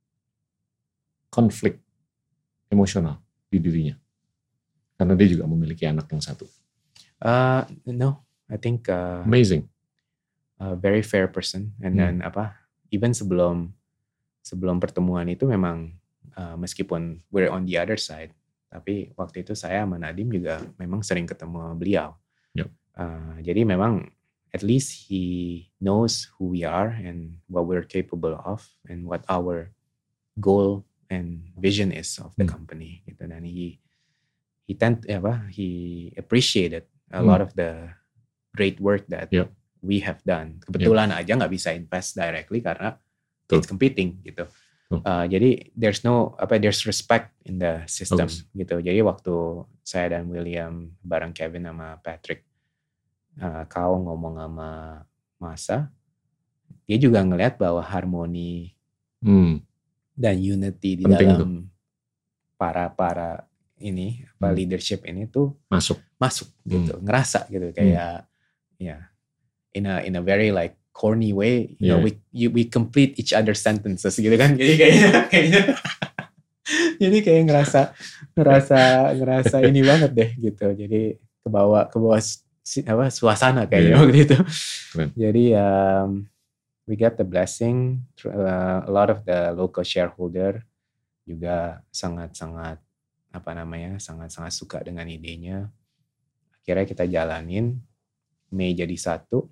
konflik emosional di dirinya karena dia juga memiliki anak yang satu. uh, no, I think uh, Amazing. a very fair person. And Hmm. then apa? Even sebelum sebelum pertemuan itu memang uh, meskipun we're on the other side, tapi waktu itu saya sama Nadim juga memang sering ketemu sama beliau. Yep. Uh, jadi memang at least he knows who we are and what we're capable of and what our goal and vision is of the Hmm. company. Gitu. Dan he he tend apa? He appreciated a Hmm. lot of the great work that Yep. we have done. Kebetulan aja nggak bisa invest directly karena Betul. it's competing gitu. Betul. Uh, jadi there's no apa there's respect in the system Bagus. gitu. Jadi waktu saya dan William bareng Kevin sama Patrick uh, kau ngomong sama Masa, dia juga ngelihat bahwa harmoni Hmm. dan unity di Penting dalam para para ini apa Hmm. leadership ini tuh Masuk. masuk Hmm. gitu, ngerasa gitu kayak ya in a in a very like corny way, you know, Yeah. we you, we complete each other's sentences gitu kan. Jadi kayaknya kayaknya jadi kayak ngerasa ngerasa ngerasa ini banget deh gitu. Jadi kebawa kebawa si- apa suasana kayaknya Yeah. waktu itu. Keren. Jadi um, we get the blessing, uh, a lot of the local shareholder juga sangat-sangat apa namanya sangat-sangat suka dengan idenya. Akhirnya kita jalanin, Mei jadi satu.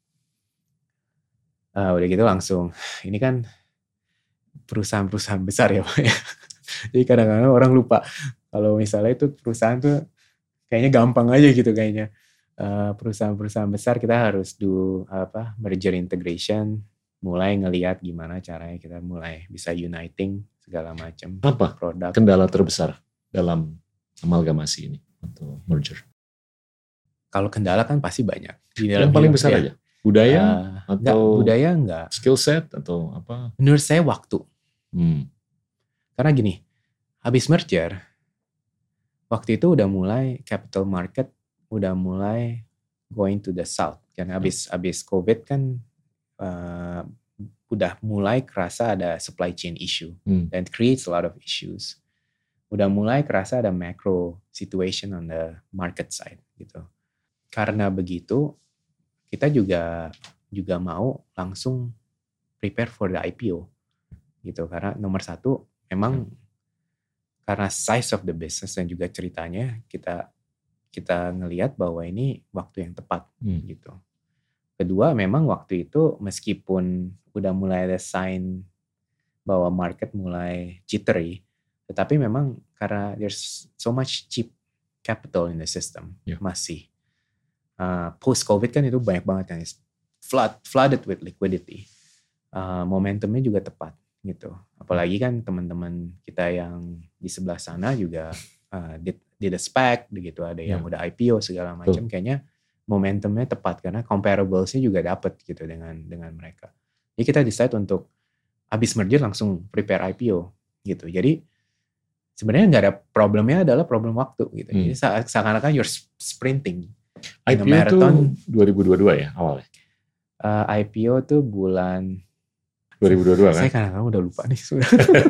Uh, udah gitu langsung, ini kan perusahaan-perusahaan besar ya Pak ya. Jadi kadang-kadang orang lupa kalau misalnya itu perusahaan tuh kayaknya gampang aja gitu kayaknya. Uh, perusahaan-perusahaan besar kita harus do apa merger integration, mulai ngelihat gimana caranya kita mulai bisa uniting segala macam Apa produk. kendala terbesar dalam amalgamasi ini atau merger? Kalau kendala kan pasti banyak. Di dalam Yang paling hidup besar ya. aja. Budaya Uh, enggak, atau budaya enggak. skill set atau apa? Menurut saya waktu. Hmm. Karena gini, habis merger, waktu itu udah mulai capital market, udah mulai going to the south. Karena habis habis COVID kan uh, udah mulai kerasa ada supply chain issue. Hmm. And it creates a lot of issues. Udah mulai kerasa ada macro situation on the market side gitu. Karena begitu, kita juga juga mau langsung prepare for the I P O gitu. Karena nomor satu memang karena size of the business dan juga ceritanya kita kita ngelihat bahwa ini waktu yang tepat Hmm. gitu. Kedua memang waktu itu meskipun udah mulai ada sign bahwa market mulai jittery, tetapi memang karena there's so much cheap capital in the system Yeah. masih. Uh, post COVID kan itu banyak banget kan, flood flooded with liquidity. Uh, momentumnya juga tepat gitu. Apalagi kan teman-teman kita yang di sebelah sana juga uh, did, did a spec gitu, ada yang Ya. udah I P O segala macam. Kayaknya momentumnya tepat karena comparables-nya juga dapet gitu dengan dengan mereka. Jadi kita decide untuk habis merger langsung prepare I P O gitu. Jadi sebenarnya nggak ada problemnya, adalah problem waktu gitu. Hmm. Jadi seakan-akan you're sprinting. I P O marathon, tuh dua ribu dua puluh dua ya awalnya? Uh, I P O tuh bulan dua ribu dua puluh dua kan? Saya kadang-kadang udah lupa nih sudah.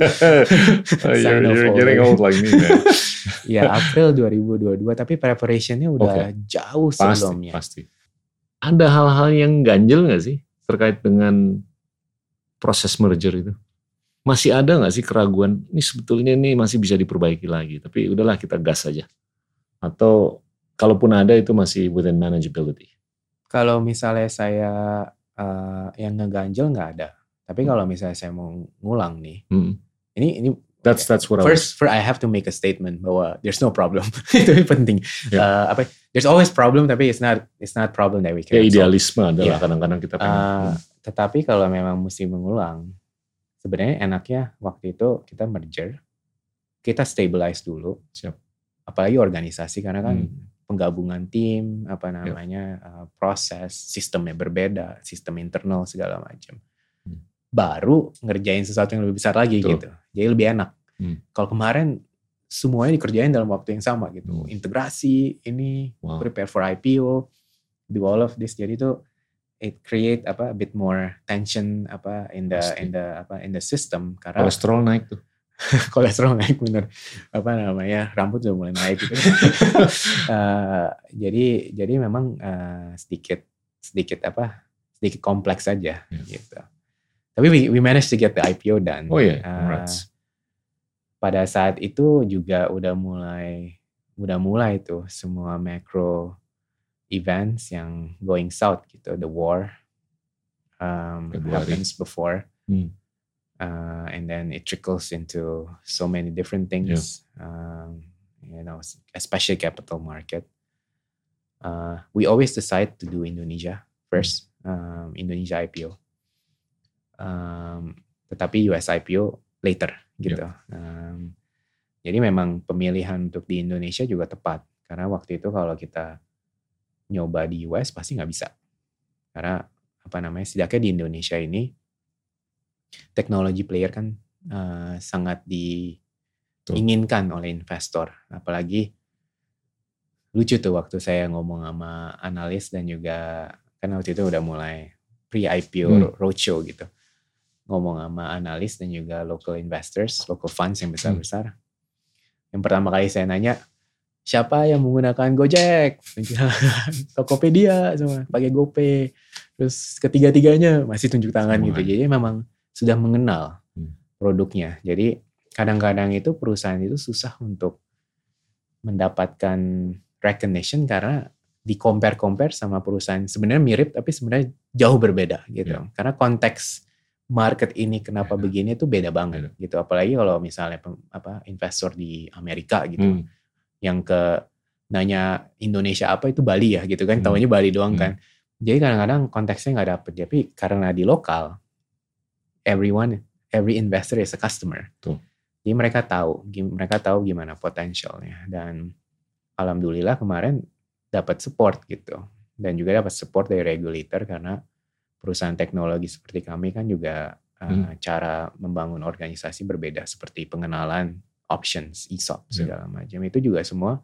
oh, you're, you're getting old like me, man. Ya April dua ribu dua puluh dua, tapi preparationnya udah okay. jauh sebelumnya. Pasti, pasti. Ada hal-hal yang ganjel nggak sih terkait dengan proses merger itu? Masih ada nggak sih keraguan? Ini sebetulnya ini masih bisa diperbaiki lagi, tapi udahlah kita gas aja. Atau kalaupun ada itu masih within manageability? Kalau misalnya saya uh, yang ngeganjel nggak ada. Tapi kalau misalnya saya mau ngulang nih, hmm. ini ini that's that's what first, I was. first I have to make a statement bahwa there's no problem. Itu penting. Yeah. Uh, apa? There's always problem, tapi it's not it's not problem that we can. Ya, idealisme adalah yeah. kadang-kadang kita pengen. Uh, tetapi kalau memang mesti mengulang, sebenarnya enaknya waktu itu kita merger, kita stabilize dulu. Siap. Apalagi organisasi karena kan. Hmm. Penggabungan tim, apa namanya, yep. uh, proses, sistemnya berbeda, sistem internal segala macam. Hmm. Baru ngerjain sesuatu yang lebih besar lagi. Betul. Gitu. Jadi lebih enak. Hmm. Kalau kemarin semuanya dikerjain dalam waktu yang sama gitu. Hmm. Integrasi ini, wow. prepare for I P O, do all of this. Jadi itu it create apa a bit more tension apa in the Pasti. in the apa in the system karena kolesterol naik tuh. kolesterol naik bener, apa namanya, rambut udah mulai naik gitu. uh, jadi jadi memang uh, sedikit sedikit apa sedikit kompleks aja yeah. gitu. Tapi we, we managed to get the I P O done. Oh yeah, uh, pada saat itu juga udah mulai udah mulai tuh semua macro events yang going south gitu, the war um, happens before. Hmm. Uh, and then it trickles into so many different things, yeah. um, you know, especially capital market. Uh, we always decide to do Indonesia first, um, Indonesia I P O. Um, tetapi U S I P O later, gitu. Yeah. Um, jadi memang pemilihan untuk di Indonesia juga tepat, karena waktu itu kalau kita nyoba di U S pasti nggak bisa, karena apa namanya, setidaknya di Indonesia ini teknologi player kan uh, sangat diinginkan oleh investor. Apalagi lucu tuh waktu saya ngomong sama analis dan juga kan waktu itu udah mulai pre-I P O hmm. roadshow gitu. Ngomong sama analis dan juga local investors, local funds yang besar-besar. Hmm. Yang pertama kali saya nanya, siapa yang menggunakan Gojek? Tokopedia semua pakai GoPay. Terus ketiga-tiganya masih tunjuk tangan semua. Gitu. Jadi memang sudah mengenal hmm. produknya. Jadi kadang-kadang itu perusahaan itu susah untuk mendapatkan recognition karena di compare-compare sama perusahaan sebenarnya mirip tapi sebenarnya jauh berbeda gitu. Yeah. Karena konteks market ini kenapa yeah. begini itu beda banget yeah. gitu. Apalagi kalau misalnya apa investor di Amerika gitu hmm. yang ke nanya Indonesia apa itu Bali ya gitu kan. Hmm. Taunya Bali doang hmm. kan. Jadi kadang-kadang konteksnya nggak dapet. Tapi karena di lokal everyone, every investor is a customer. Tuh. Jadi mereka tahu, mereka tahu gimana potensialnya dan alhamdulillah kemarin dapat support gitu dan juga dapat support dari regulator karena perusahaan teknologi seperti kami kan juga hmm. uh, cara membangun organisasi berbeda seperti pengenalan options, E S O P segala yeah. macam itu juga semua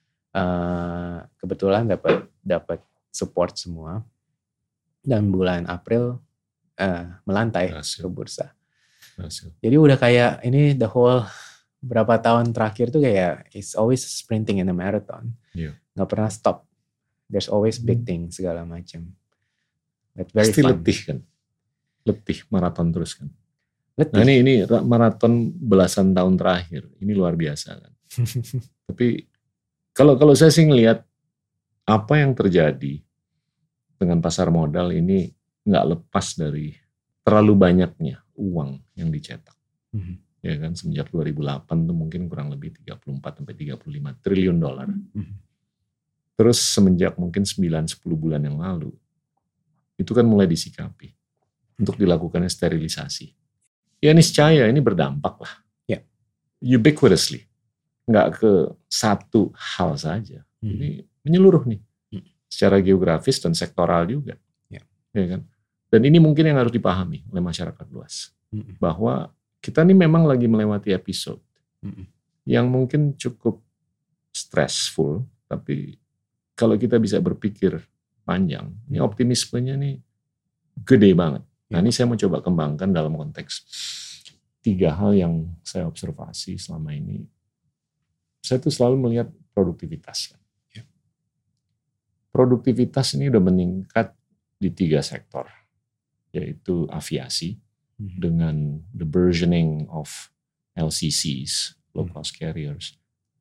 uh, kebetulan dapat dapat support semua dan bulan April Uh, melantai Hasil. Ke bursa. Hasil. Jadi udah kayak ini the whole berapa tahun terakhir tuh kayak it's always sprinting in a marathon. Yeah. Gak pernah stop. There's always big thing segala macam. Very Pasti fun. letih kan. Letih maraton terus kan. Letih. Nah ini ini maraton belasan tahun terakhir. Ini luar biasa kan. Tapi kalau kalau saya sih ngelihat apa yang terjadi dengan pasar modal ini nggak lepas dari terlalu banyaknya uang yang dicetak. Mm-hmm. Ya kan, semenjak dua ribu delapan tuh mungkin kurang lebih tiga puluh empat sampai tiga puluh lima triliun dolar. Mm-hmm. Terus semenjak mungkin sembilan sepuluh bulan yang lalu, itu kan mulai disikapi untuk dilakukannya sterilisasi. ya niscaya ini berdampak lah. Ya. Ubiquitously. Nggak ke satu hal saja. Hmm. Ini menyeluruh nih. Hmm. Secara geografis dan sektoral juga. Ya. Ya kan? Dan ini mungkin yang harus dipahami oleh masyarakat luas. Hmm. Bahwa kita nih memang lagi melewati episode Hmm. yang mungkin cukup stressful. Tapi kalau kita bisa berpikir panjang, ini optimismenya nih gede banget. Nah, ini saya mau coba kembangkan dalam konteks tiga hal yang saya observasi selama ini. Saya tuh selalu melihat produktivitas. Ya. Produktivitas ini udah meningkat di tiga sektor, yaitu aviasi Hmm. dengan the burgeoning of L C Cs, low Hmm. cost carriers.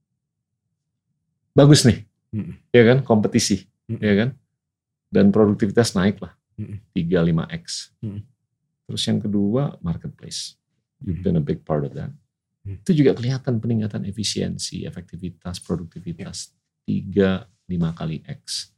Bagus nih, Hmm. ya kan, kompetisi, Hmm. ya kan, dan produktivitas naik lah, Hmm. tiga sampai lima x. Hmm. Terus yang kedua, marketplace. You've been a big part of that. Hmm. Itu juga kelihatan peningkatan efisiensi, efektivitas, produktivitas tiga sampai lima kali X.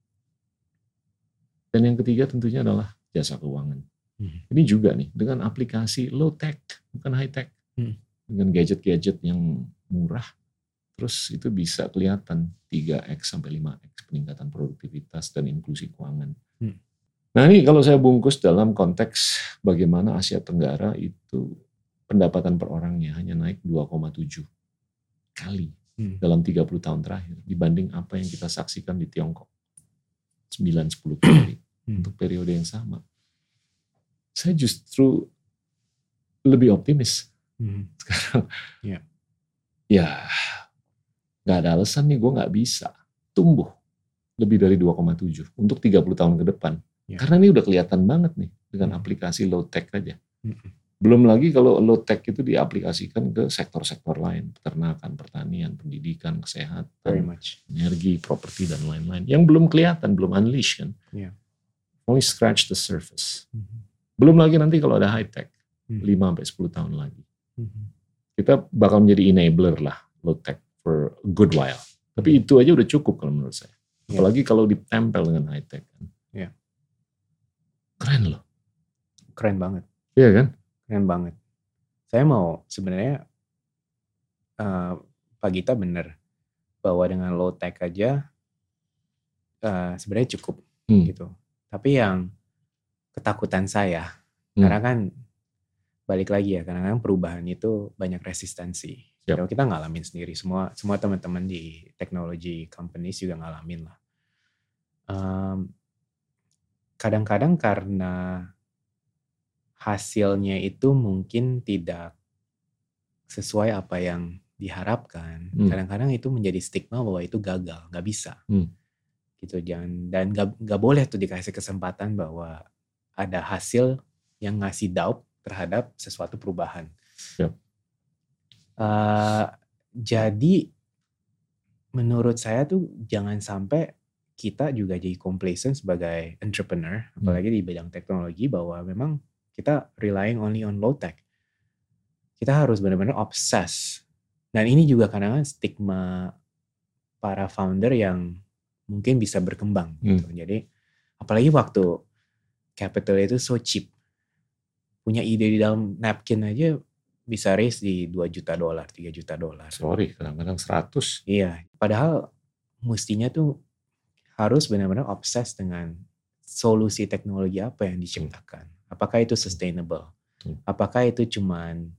Dan yang ketiga tentunya adalah jasa keuangan. Hmm. Ini juga nih dengan aplikasi low tech, bukan high tech. Hmm. Dengan gadget-gadget yang murah. Terus itu bisa kelihatan tiga x sampai lima x peningkatan produktivitas dan inklusi keuangan. Hmm. Nah ini kalau saya bungkus dalam konteks bagaimana Asia Tenggara itu pendapatan per orangnya hanya naik dua koma tujuh kali Hmm. dalam tiga puluh tahun terakhir dibanding apa yang kita saksikan di Tiongkok sembilan sampai sepuluh kali Hmm. untuk periode yang sama. Saya justru lebih optimis Hmm. sekarang. Ya. Ya gak ada alasan nih gue gak bisa tumbuh lebih dari dua koma tujuh untuk tiga puluh tahun ke depan. Ya. Karena ini udah kelihatan banget nih dengan Hmm. aplikasi low tech aja. Hmm. Belum lagi kalau low tech itu diaplikasikan ke sektor-sektor lain, peternakan, pertanian, pendidikan, Very kesehatan, much. energi, properti dan lain-lain. Yang belum kelihatan, belum unleash kan. Yeah. Only scratch the surface. Hmm. Belum lagi nanti kalau ada high tech, Hmm. lima sampai sepuluh tahun lagi. Hmm. Kita bakal menjadi enabler lah low tech for a good while. Tapi itu aja udah cukup kalau menurut saya. Yeah. Apalagi kalau ditempel dengan high tech kan. Yeah. Keren loh. Keren banget. Iya kan? Keren banget. Saya mau sebenarnya uh, Pak Gita bener bahwa dengan low tech aja uh, sebenarnya cukup Hmm. gitu. Tapi yang ketakutan saya Hmm. karena kan balik lagi ya, karena kan perubahan itu banyak resistensi. Yep. Kalau kita ngalamin sendiri, semua semua teman-teman di technology companies juga ngalamin lah. Um, kadang-kadang karena hasilnya itu mungkin tidak sesuai apa yang diharapkan. Hmm. Kadang-kadang itu menjadi stigma bahwa itu gagal, nggak bisa. Hmm. Gitu, jangan, dan nggak nggak boleh tuh dikasih kesempatan bahwa ada hasil yang ngasih doubt terhadap sesuatu perubahan. Yep. Uh, jadi menurut saya tuh jangan sampai kita juga jadi complacent sebagai entrepreneur, Hmm. apalagi di bidang teknologi, bahwa memang kita relying only on low tech. Kita harus benar-benar obses. Dan ini juga kadang-kadang stigma para founder yang mungkin bisa berkembang. Hmm. Gitu. Jadi apalagi waktu capital itu so cheap. Punya ide di dalam napkin aja bisa raise di dua juta dolar, tiga juta dolar. Sorry, kadang-kadang seratus. Iya, padahal mestinya tuh harus benar-benar obses dengan solusi teknologi apa yang diciptakan. Apakah itu sustainable? Hmm. Apakah itu cuman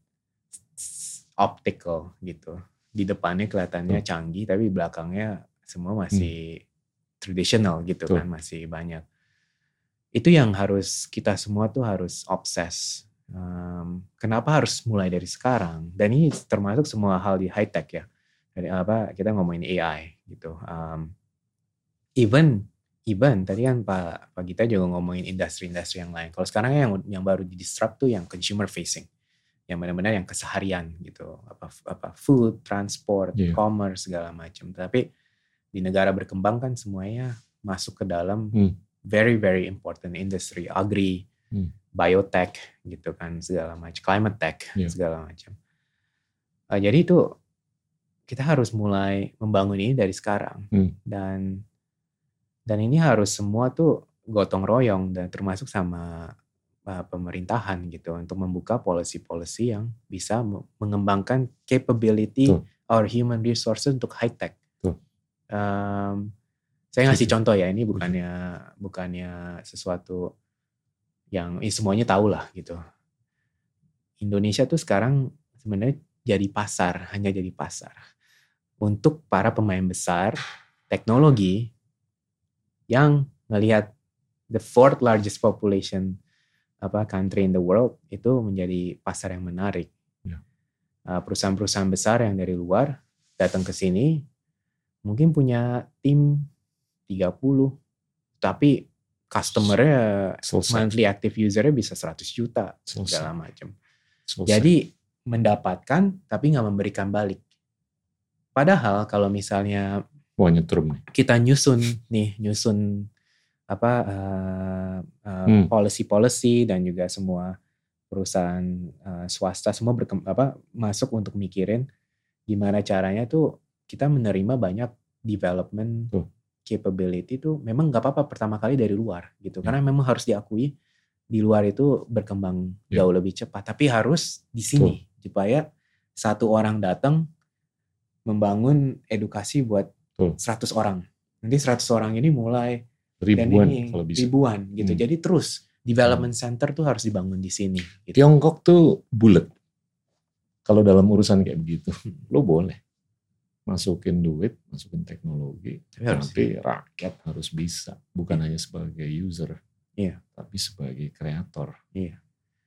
optical gitu? Di depannya kelihatannya hmm. canggih, tapi belakangnya semua masih hmm. tradisional gitu Betul. kan, masih banyak. Itu yang harus kita semua tuh harus obses. Um, kenapa harus mulai dari sekarang? Dan ini termasuk semua hal di high tech ya. Dari apa kita ngomongin A I gitu. Um, even even tadi kan Pak Pak Gita juga ngomongin industri-industri yang lain. Kalau sekarang yang yang baru di disrupt tuh yang consumer facing, yang benar-benar yang keseharian gitu. Apa apa food, transport, yeah. commerce segala macam. Tapi di negara berkembang kan semuanya masuk ke dalam Hmm. very very important industry, agri, hmm. biotech gitu kan, segala macam, climate tech yeah. segala macam. Uh, jadi itu kita harus mulai membangun ini dari sekarang hmm. dan dan ini harus semua tuh gotong royong dan termasuk sama uh, pemerintahan gitu untuk membuka policy-policy yang bisa mengembangkan capability Tuh. our human resources untuk high tech. Tuh. Um, saya ngasih Setuju. contoh ya, ini bukannya bukannya sesuatu yang eh, semuanya tahu lah gitu. Indonesia tuh sekarang sebenarnya jadi pasar, hanya jadi pasar untuk para pemain besar teknologi yang ngelihat the fourth largest population apa country in the world itu menjadi pasar yang menarik. Ya. Uh, perusahaan-perusahaan besar yang dari luar datang ke sini mungkin punya tim tiga puluh, tapi customer-nya Selesai. monthly active user-nya bisa seratus juta Selesai. segala macam. Selesai. Jadi mendapatkan tapi nggak memberikan balik. Padahal kalau misalnya Wah, nyetrum nih. kita nyusun nih, nyusun apa uh, uh, Hmm. policy-policy dan juga semua perusahaan uh, swasta semua berkem, apa masuk untuk mikirin gimana caranya tuh kita menerima banyak development Tuh. capability tuh memang nggak apa-apa pertama kali dari luar gitu, Ya. karena memang harus diakui di luar itu berkembang Ya. jauh lebih cepat, tapi harus di sini supaya satu orang datang membangun edukasi buat Tuh. seratus orang. Nanti seratus orang ini mulai dan Ribuan ini kalau bisa. ribuan gitu. Hmm. Jadi terus development center tuh harus dibangun di sini. Gitu. Tiongkok tuh bulet. Kalau dalam urusan kayak begitu, Hmm. lo boleh masukin duit, masukin teknologi, Tapi harus- tapi rakyat harus bisa, bukan hanya sebagai user, Iya. tapi sebagai kreator. Iya.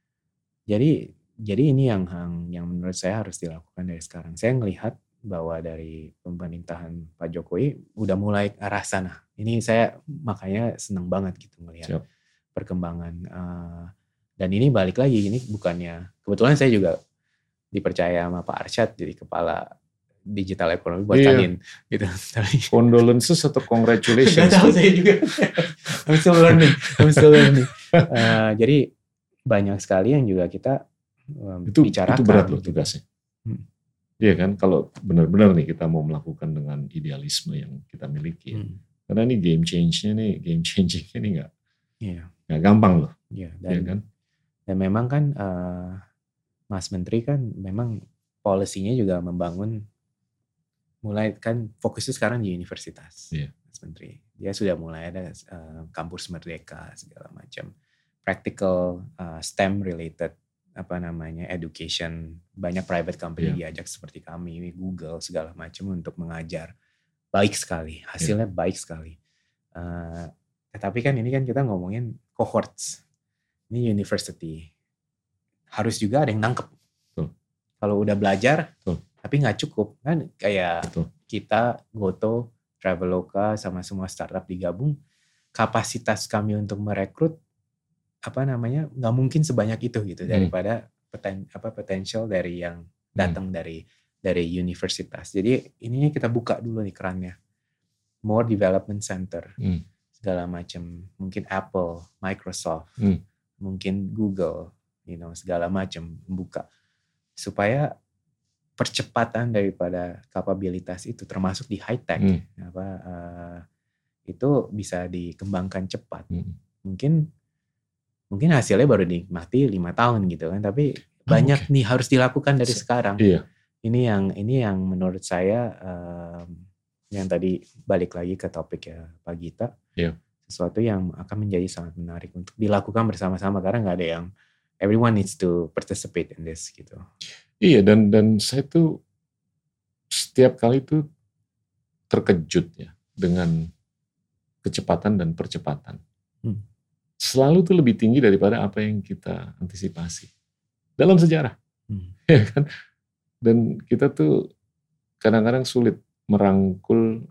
Jadi jadi ini yang yang yang menurut saya harus dilakukan dari sekarang. Saya melihat bahwa dari pemerintahan Pak Jokowi udah mulai ke arah sana. Ini saya makanya senang banget gitu melihat Siap. perkembangan. Uh, dan ini balik lagi, ini bukannya, kebetulan saya juga dipercaya sama Pak Arsyad jadi kepala digital ekonomi buat Iya. Kadin gitu. Tapi Condolences atau congratulations? nggak tahu saya juga. I'm still learning. I'm still learning. Uh, jadi banyak sekali yang juga kita um, itu bicarakan. itu berat loh gitu. tugasnya. Hmm. Iya kan, kalau benar-benar nih kita mau melakukan dengan idealisme yang kita miliki. Hmm. Karena ini game change-nya nih, game changing-nya nih nggak Iya. nggak gampang loh. Iya. Dan, Iya kan? dan memang kan uh, Mas Menteri kan memang polisinya juga membangun, mulai kan fokusnya sekarang di universitas. Iya. Mas Menteri. Dia sudah mulai ada uh, kampus merdeka segala macam. Practical uh, STEM related apa namanya education, banyak private company Yeah. diajak seperti kami, Google segala macam untuk mengajar. Baik sekali, hasilnya yeah. baik sekali. Uh, tetapi kan ini kan kita ngomongin cohorts. Ini university. Harus juga ada yang nangkep. Betul. Kalau udah belajar, Betul. tapi nggak cukup kan kayak Betul. kita Goto, Traveloka sama semua startup digabung, kapasitas kami untuk merekrut apa namanya nggak mungkin sebanyak itu gitu, Hmm. daripada poten, apa potential dari yang datang hmm. dari dari universitas. Jadi ininya kita buka dulu nih kerannya, more development center hmm. segala macam, mungkin Apple, Microsoft, hmm. mungkin Google, you know segala macam membuka supaya percepatan daripada kapabilitas itu termasuk di high tech hmm. apa uh, itu bisa dikembangkan cepat. Hmm. Mungkin Mungkin hasilnya baru dinikmati lima tahun gitu kan, tapi banyak okay. nih harus dilakukan dari sekarang. Iya. Ini yang ini yang menurut saya um, yang tadi balik lagi ke topik ya Pak Gita, iya. sesuatu yang akan menjadi sangat menarik untuk dilakukan bersama-sama karena nggak ada yang everyone needs to participate in this gitu. Iya dan dan saya tuh setiap kali tuh terkejut ya dengan kecepatan dan percepatan. Hmm. Selalu tuh lebih tinggi daripada apa yang kita antisipasi dalam sejarah, hmm. ya kan? Dan kita tuh kadang-kadang sulit merangkul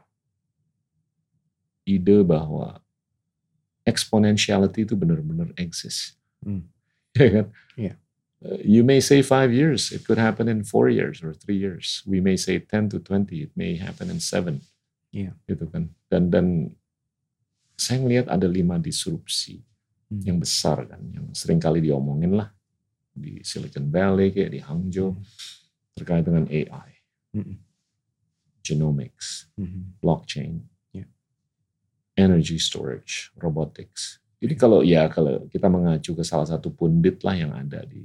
ide bahwa exponentiality itu benar-benar eksis, hmm. ya kan? Yeah. Uh, you may say five years, it could happen in four years or three years. We may say ten to twenty, it may happen in seven, yeah. gitu kan? Dan dan saya melihat ada lima disrupsi hmm. yang besar kan, yang sering kali diomongin lah di Silicon Valley kayak di Hangzhou hmm. terkait dengan A I, hmm. genomics, hmm. blockchain, yeah. energy storage, robotics, Jadi kalau ya kalau kita mengacu ke salah satu pundit lah yang ada di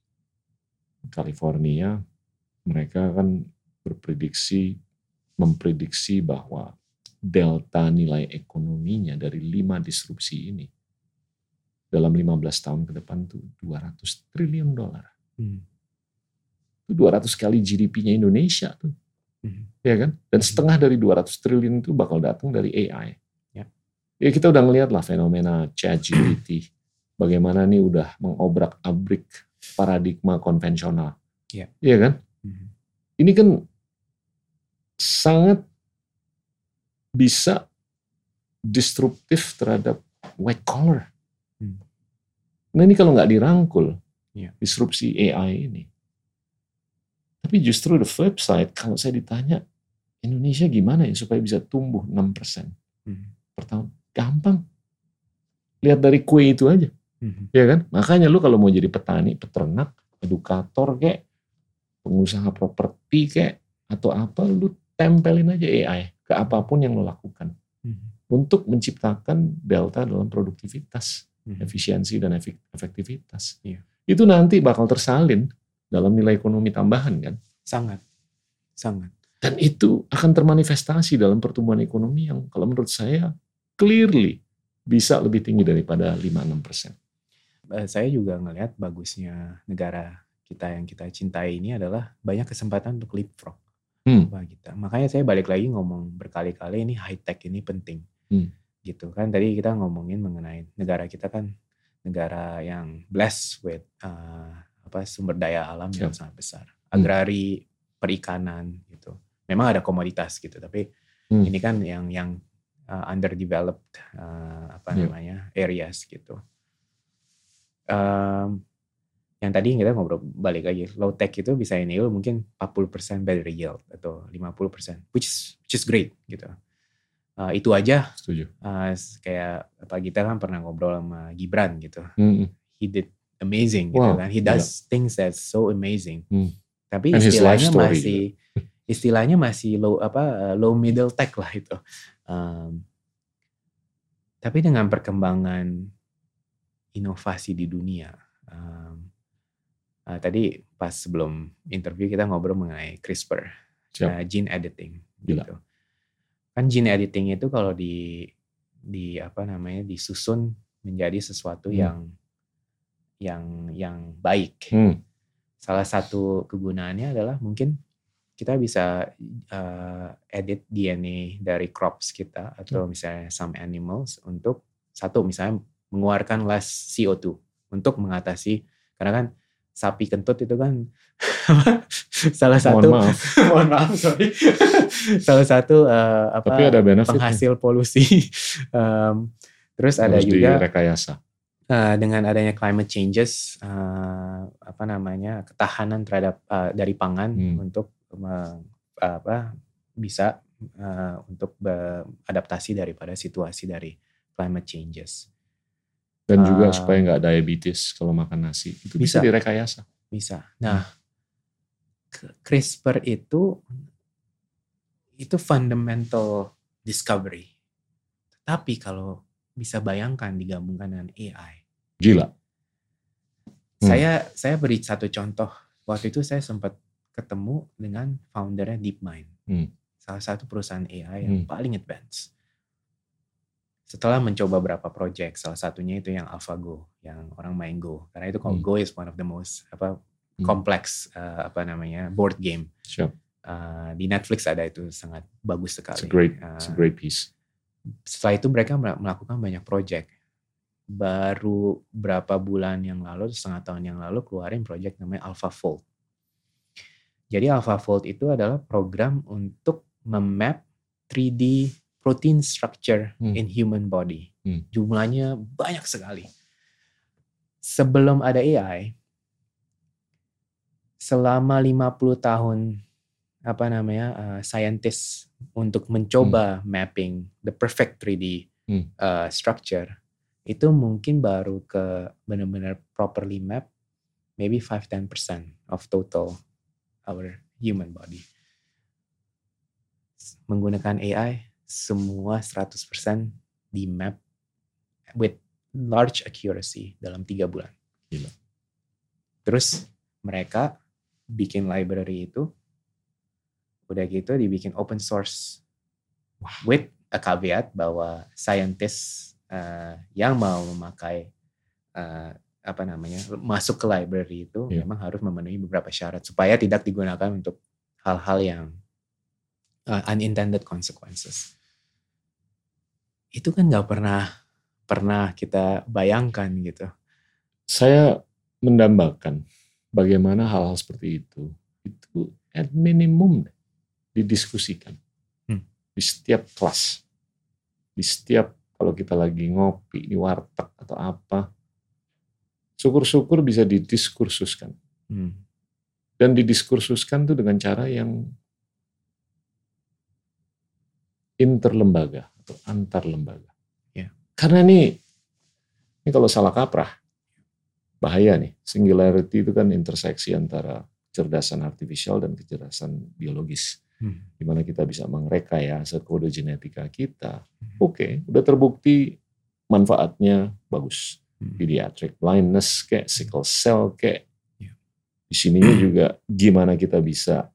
California, mereka kan berprediksi, memprediksi bahwa delta nilai ekonominya dari lima disrupsi ini dalam lima belas tahun ke depan tuh dua ratus triliun dolar. Hmm. Itu dua ratus kali G D P-nya Indonesia tuh. Hmm. Ya kan? Dan setengah dari dua ratus triliun itu bakal datang dari A I. Ya. Ya kita udah ngeliat lah fenomena ChatGPT. Bagaimana nih udah mengobrak-abrik paradigma konvensional. Ya. Iya kan? Hmm. Ini kan sangat bisa disruptif terhadap white collar. Hmm. Nah ini kalau nggak dirangkul, ya. disrupsi A I ini. Tapi justru the flip side, kalau saya ditanya, Indonesia gimana ya supaya bisa tumbuh enam persen hmm. per tahun? Gampang. Lihat dari kue itu aja. Hmm. Ya kan? Makanya lu kalau mau jadi petani, peternak, edukator kayak, pengusaha properti kayak, atau apa, lu tempelin aja A I ke apapun yang lo lakukan. Hmm. Untuk menciptakan delta dalam produktivitas, hmm. efisiensi dan efektivitas. Yeah. Itu nanti bakal tersalin dalam nilai ekonomi tambahan kan? Sangat, sangat. Dan itu akan termanifestasi dalam pertumbuhan ekonomi yang kalau menurut saya clearly bisa lebih tinggi daripada lima sampai enam persen. Saya juga ngelihat bagusnya negara kita yang kita cintai ini adalah banyak kesempatan untuk leapfrog. Hmm. Kita. Makanya saya balik lagi ngomong berkali-kali ini high tech ini penting. Hmm. Gitu kan tadi kita ngomongin mengenai negara kita kan negara yang blessed with uh, apa sumber daya alam yang sangat besar. Agrari, hmm. perikanan gitu. Memang ada komoditas gitu, tapi hmm. ini kan yang yang uh, underdeveloped uh, apa yeah. namanya areas gitu. Um, yang tadi kita ngobrol balik lagi, low tech itu bisa enable mungkin empat puluh persen better yield atau lima puluh persen, which is which is great gitu. Uh, itu aja. Setuju. Uh, kayak apa kita kan pernah ngobrol sama Gibran gitu. Hmm. He did amazing wow. gitu kan. He does yeah. things that's so amazing. Hmm. Tapi And istilahnya masih gitu. istilahnya masih low apa low middle tech lah itu. Um, tapi dengan perkembangan inovasi di dunia, um, uh, tadi pas sebelum interview kita ngobrol mengenai CRISPR, uh, gene editing, Gila. gitu. Kan gene editing itu kalau di di apa namanya disusun menjadi sesuatu hmm. yang yang yang baik. Hmm. Salah satu kegunaannya adalah mungkin kita bisa uh, edit D N A dari crops kita atau misalnya some animals untuk satu misalnya mengeluarkan less C O two untuk mengatasi karena kan sapi kentut itu kan salah satu mohon maaf, mohon maaf sorry salah satu uh, apa Tapi ada penghasil polusi um, terus harus ada juga direkayasa. Uh, dengan adanya climate changes, uh, apa namanya ketahanan terhadap uh, dari pangan hmm. untuk uh, apa bisa uh, untuk beradaptasi daripada situasi dari climate changes. Dan juga uh, supaya nggak diabetes kalau makan nasi itu bisa, bisa direkayasa. Bisa. Nah, hmm. CRISPR itu itu fundamental discovery. Tapi kalau bisa bayangkan digabungkan dengan A I. Gila. Hmm. Saya saya beri satu contoh. Waktu itu saya sempat ketemu dengan foundernya DeepMind. Hmm. Salah satu perusahaan A I yang hmm. paling advance. Setelah mencoba beberapa project, salah satunya itu yang AlphaGo, yang orang main Go. Karena itu kalau hmm. Go is one of the most apa hmm. complex uh, apa namanya board game. Sure. Uh, di Netflix ada itu sangat bagus sekali. It's a great, uh, it's a great piece. Setelah itu mereka melakukan banyak project. Baru berapa bulan yang lalu, setengah tahun yang lalu keluarin project namanya AlphaFold. Jadi AlphaFold itu adalah program untuk memap three D protein structure hmm. in human body. Hmm. Jumlahnya banyak sekali. Sebelum ada A I, selama lima puluh tahun apa namanya uh, scientist untuk mencoba hmm. mapping the perfect three D hmm. uh, structure itu mungkin baru ke benar-benar properly map maybe five to ten percent of total our human body. Menggunakan A I semua seratus persen di map with large accuracy dalam tiga bulan. Gila. Terus mereka bikin library itu, udah gitu dibikin open source. With a caveat bahwa scientist uh, yang mau memakai uh, apa namanya masuk ke library itu yeah. memang harus memenuhi beberapa syarat supaya tidak digunakan untuk hal-hal yang uh, unintended consequences. Itu kan nggak pernah pernah kita bayangkan gitu. Saya mendambakan bagaimana hal-hal seperti itu itu at minimum didiskusikan hmm. di setiap kelas, di setiap kalau kita lagi ngopi di warteg atau apa, syukur-syukur bisa didiskursuskan hmm. dan didiskursuskan tuh dengan cara yang interlembaga atau antar lembaga. Yeah. Karena ini ini kalau salah kaprah bahaya nih. Singularity itu kan interseksi antara kecerdasan artifisial dan kecerdasan biologis. Hmm. Di mana kita bisa merekayasa kode genetika kita. Hmm. Oke, okay, udah terbukti manfaatnya bagus. Hmm. Pediatric blindness kayak sickle cell kayak. Yeah. Di sininya juga gimana kita bisa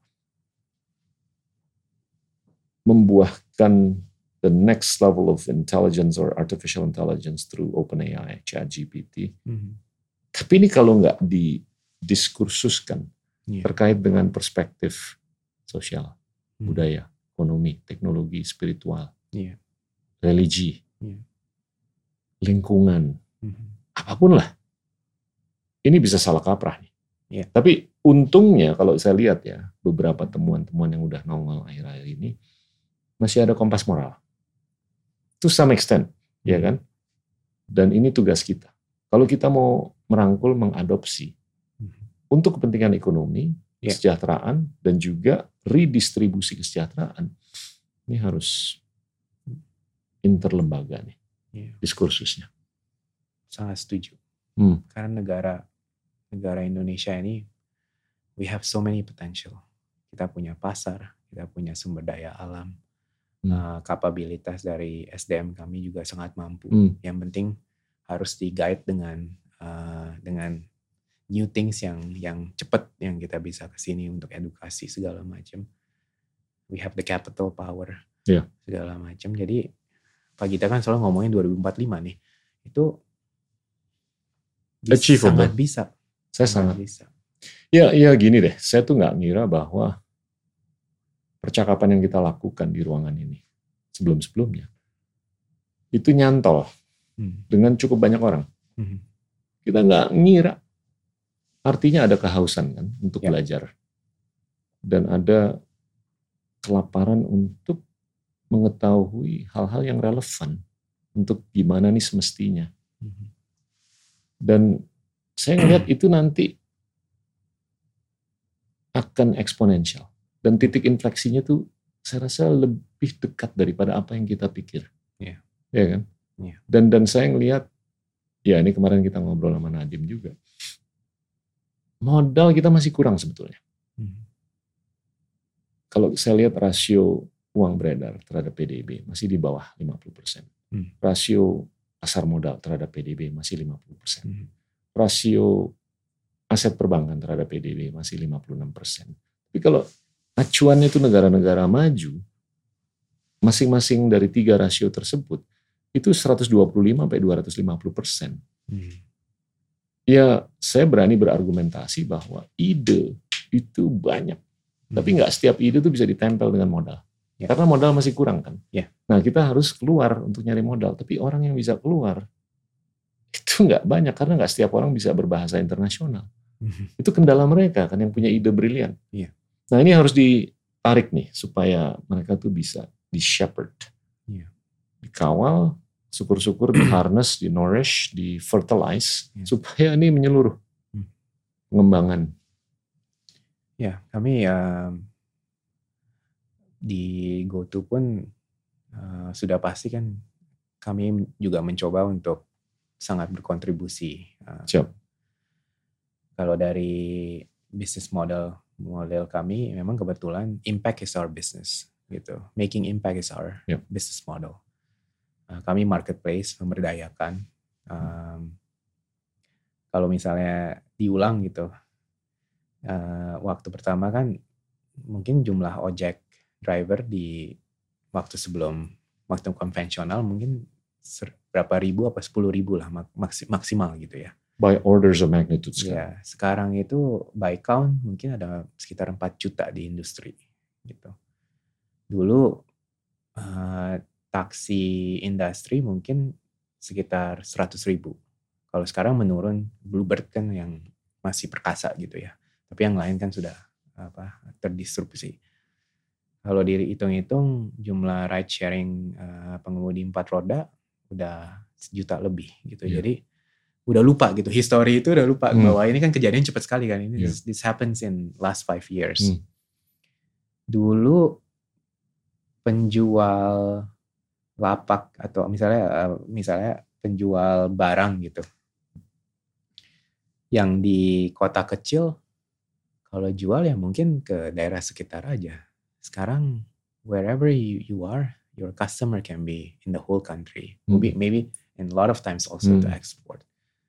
membuahkan the next level of intelligence or artificial intelligence through OpenAI, ChatGPT. Hmm. Tapi ini kalau nggak didiskursuskan yeah. terkait dengan perspektif sosial, hmm. budaya, ekonomi, teknologi, spiritual, yeah. religi, yeah. lingkungan, hmm. apapun lah, ini bisa salah kaprah nih. Yeah. Tapi untungnya kalau saya lihat ya, beberapa temuan-temuan yang udah nongol akhir-akhir ini, masih ada kompas moral. To some extent, hmm. ya kan? Dan ini tugas kita. Kalau kita mau merangkul, mengadopsi hmm. untuk kepentingan ekonomi, yeah. kesejahteraan, dan juga redistribusi kesejahteraan, ini harus interlembaga nih, yeah. diskursusnya. Sangat setuju. Hmm. Karena negara negara Indonesia ini, we have so many potential. Kita punya pasar, kita punya sumber daya alam, hmm. uh, kapabilitas dari S D M kami juga sangat mampu. Hmm. Yang penting harus di-guide dengan uh, dengan new things yang yang cepat yang kita bisa kesini untuk edukasi segala macam. We have the capital power yeah. segala macam. Jadi Pak Gita kan selalu ngomongin dua ribu empat puluh lima nih. Itu bisa, sangat bisa. Saya sangat, sangat bisa. Ya, ya gini deh. Saya tuh nggak ngira bahwa percakapan yang kita lakukan di ruangan ini sebelum-sebelumnya itu nyantol. Hmm. Dengan cukup banyak orang. Hmm. Kita nggak ngira. Artinya ada kehausan kan untuk ya. belajar. Dan ada kelaparan untuk mengetahui hal-hal yang relevan. Untuk gimana nih semestinya. Hmm. Dan saya ngelihat itu nanti akan eksponensial. Dan titik infleksinya tuh saya rasa lebih dekat daripada apa yang kita pikir. Ya, ya kan? Yeah. Dan dan saya ngelihat, ya ini kemarin kita ngobrol sama Nadiem juga, modal kita masih kurang sebetulnya. Hmm. Kalau saya lihat rasio uang beredar terhadap P D B masih di bawah lima puluh persen. Hmm. Rasio pasar modal terhadap P D B masih lima puluh persen. Hmm. Rasio aset perbankan terhadap P D B masih lima puluh enam persen. Tapi kalau acuannya itu negara-negara maju, masing-masing dari tiga rasio tersebut, itu seratus dua puluh lima sampai dua ratus lima puluh persen. Hmm. Ya, saya berani berargumentasi bahwa ide itu banyak. Hmm. Tapi nggak setiap ide itu bisa ditempel dengan modal. Ya. Karena modal masih kurang kan. Ya. Nah, kita harus keluar untuk nyari modal. Tapi orang yang bisa keluar, itu nggak banyak. Karena nggak setiap orang bisa berbahasa internasional. Hmm. Itu kendala mereka kan, yang punya ide brilian. Ya. Nah, ini harus ditarik nih, supaya mereka tuh bisa di-shepherd. Ya. Dikawal, syukur-syukur di harness, di nourish, di fertilize, ya. Supaya ini menyeluruh hmm. pengembangan. Ya, kami uh, di GoTo pun uh, sudah pasti kan kami juga mencoba untuk sangat berkontribusi. Uh, Siap. Kalau dari business model model kami memang kebetulan impact is our business gitu. Making impact is our yep. business model. Uh, kami marketplace memberdayakan Um, kalau misalnya diulang gitu, uh, waktu pertama kan mungkin jumlah ojek driver di waktu sebelum waktu konvensional mungkin ser- berapa ribu apa sepuluh ribu lah mak- maksi- maksimal gitu ya. By orders of magnitude sekarang. Ya, sekarang itu by count mungkin ada sekitar empat juta di industri gitu. Dulu uh, taksi industri mungkin sekitar seratus ribu. Kalau sekarang menurun, Bluebird kan yang masih perkasa gitu ya. Tapi yang lain kan sudah apa terdistribusi. Kalau dihitung-hitung jumlah ride sharing uh, pengemudi empat roda udah sejuta lebih gitu. Yeah. Jadi udah lupa gitu. History itu udah lupa hmm. bahwa ini kan kejadian cepat sekali kan. Ini Yeah. this, this happens in last five years. Hmm. Dulu penjual lapak atau misalnya uh, misalnya penjual barang gitu. Yang di kota kecil kalau jual ya mungkin ke daerah sekitar aja. Sekarang wherever you, you are, your customer can be in the whole country. Hmm. Maybe, maybe and a lot of times also Hmm. to export.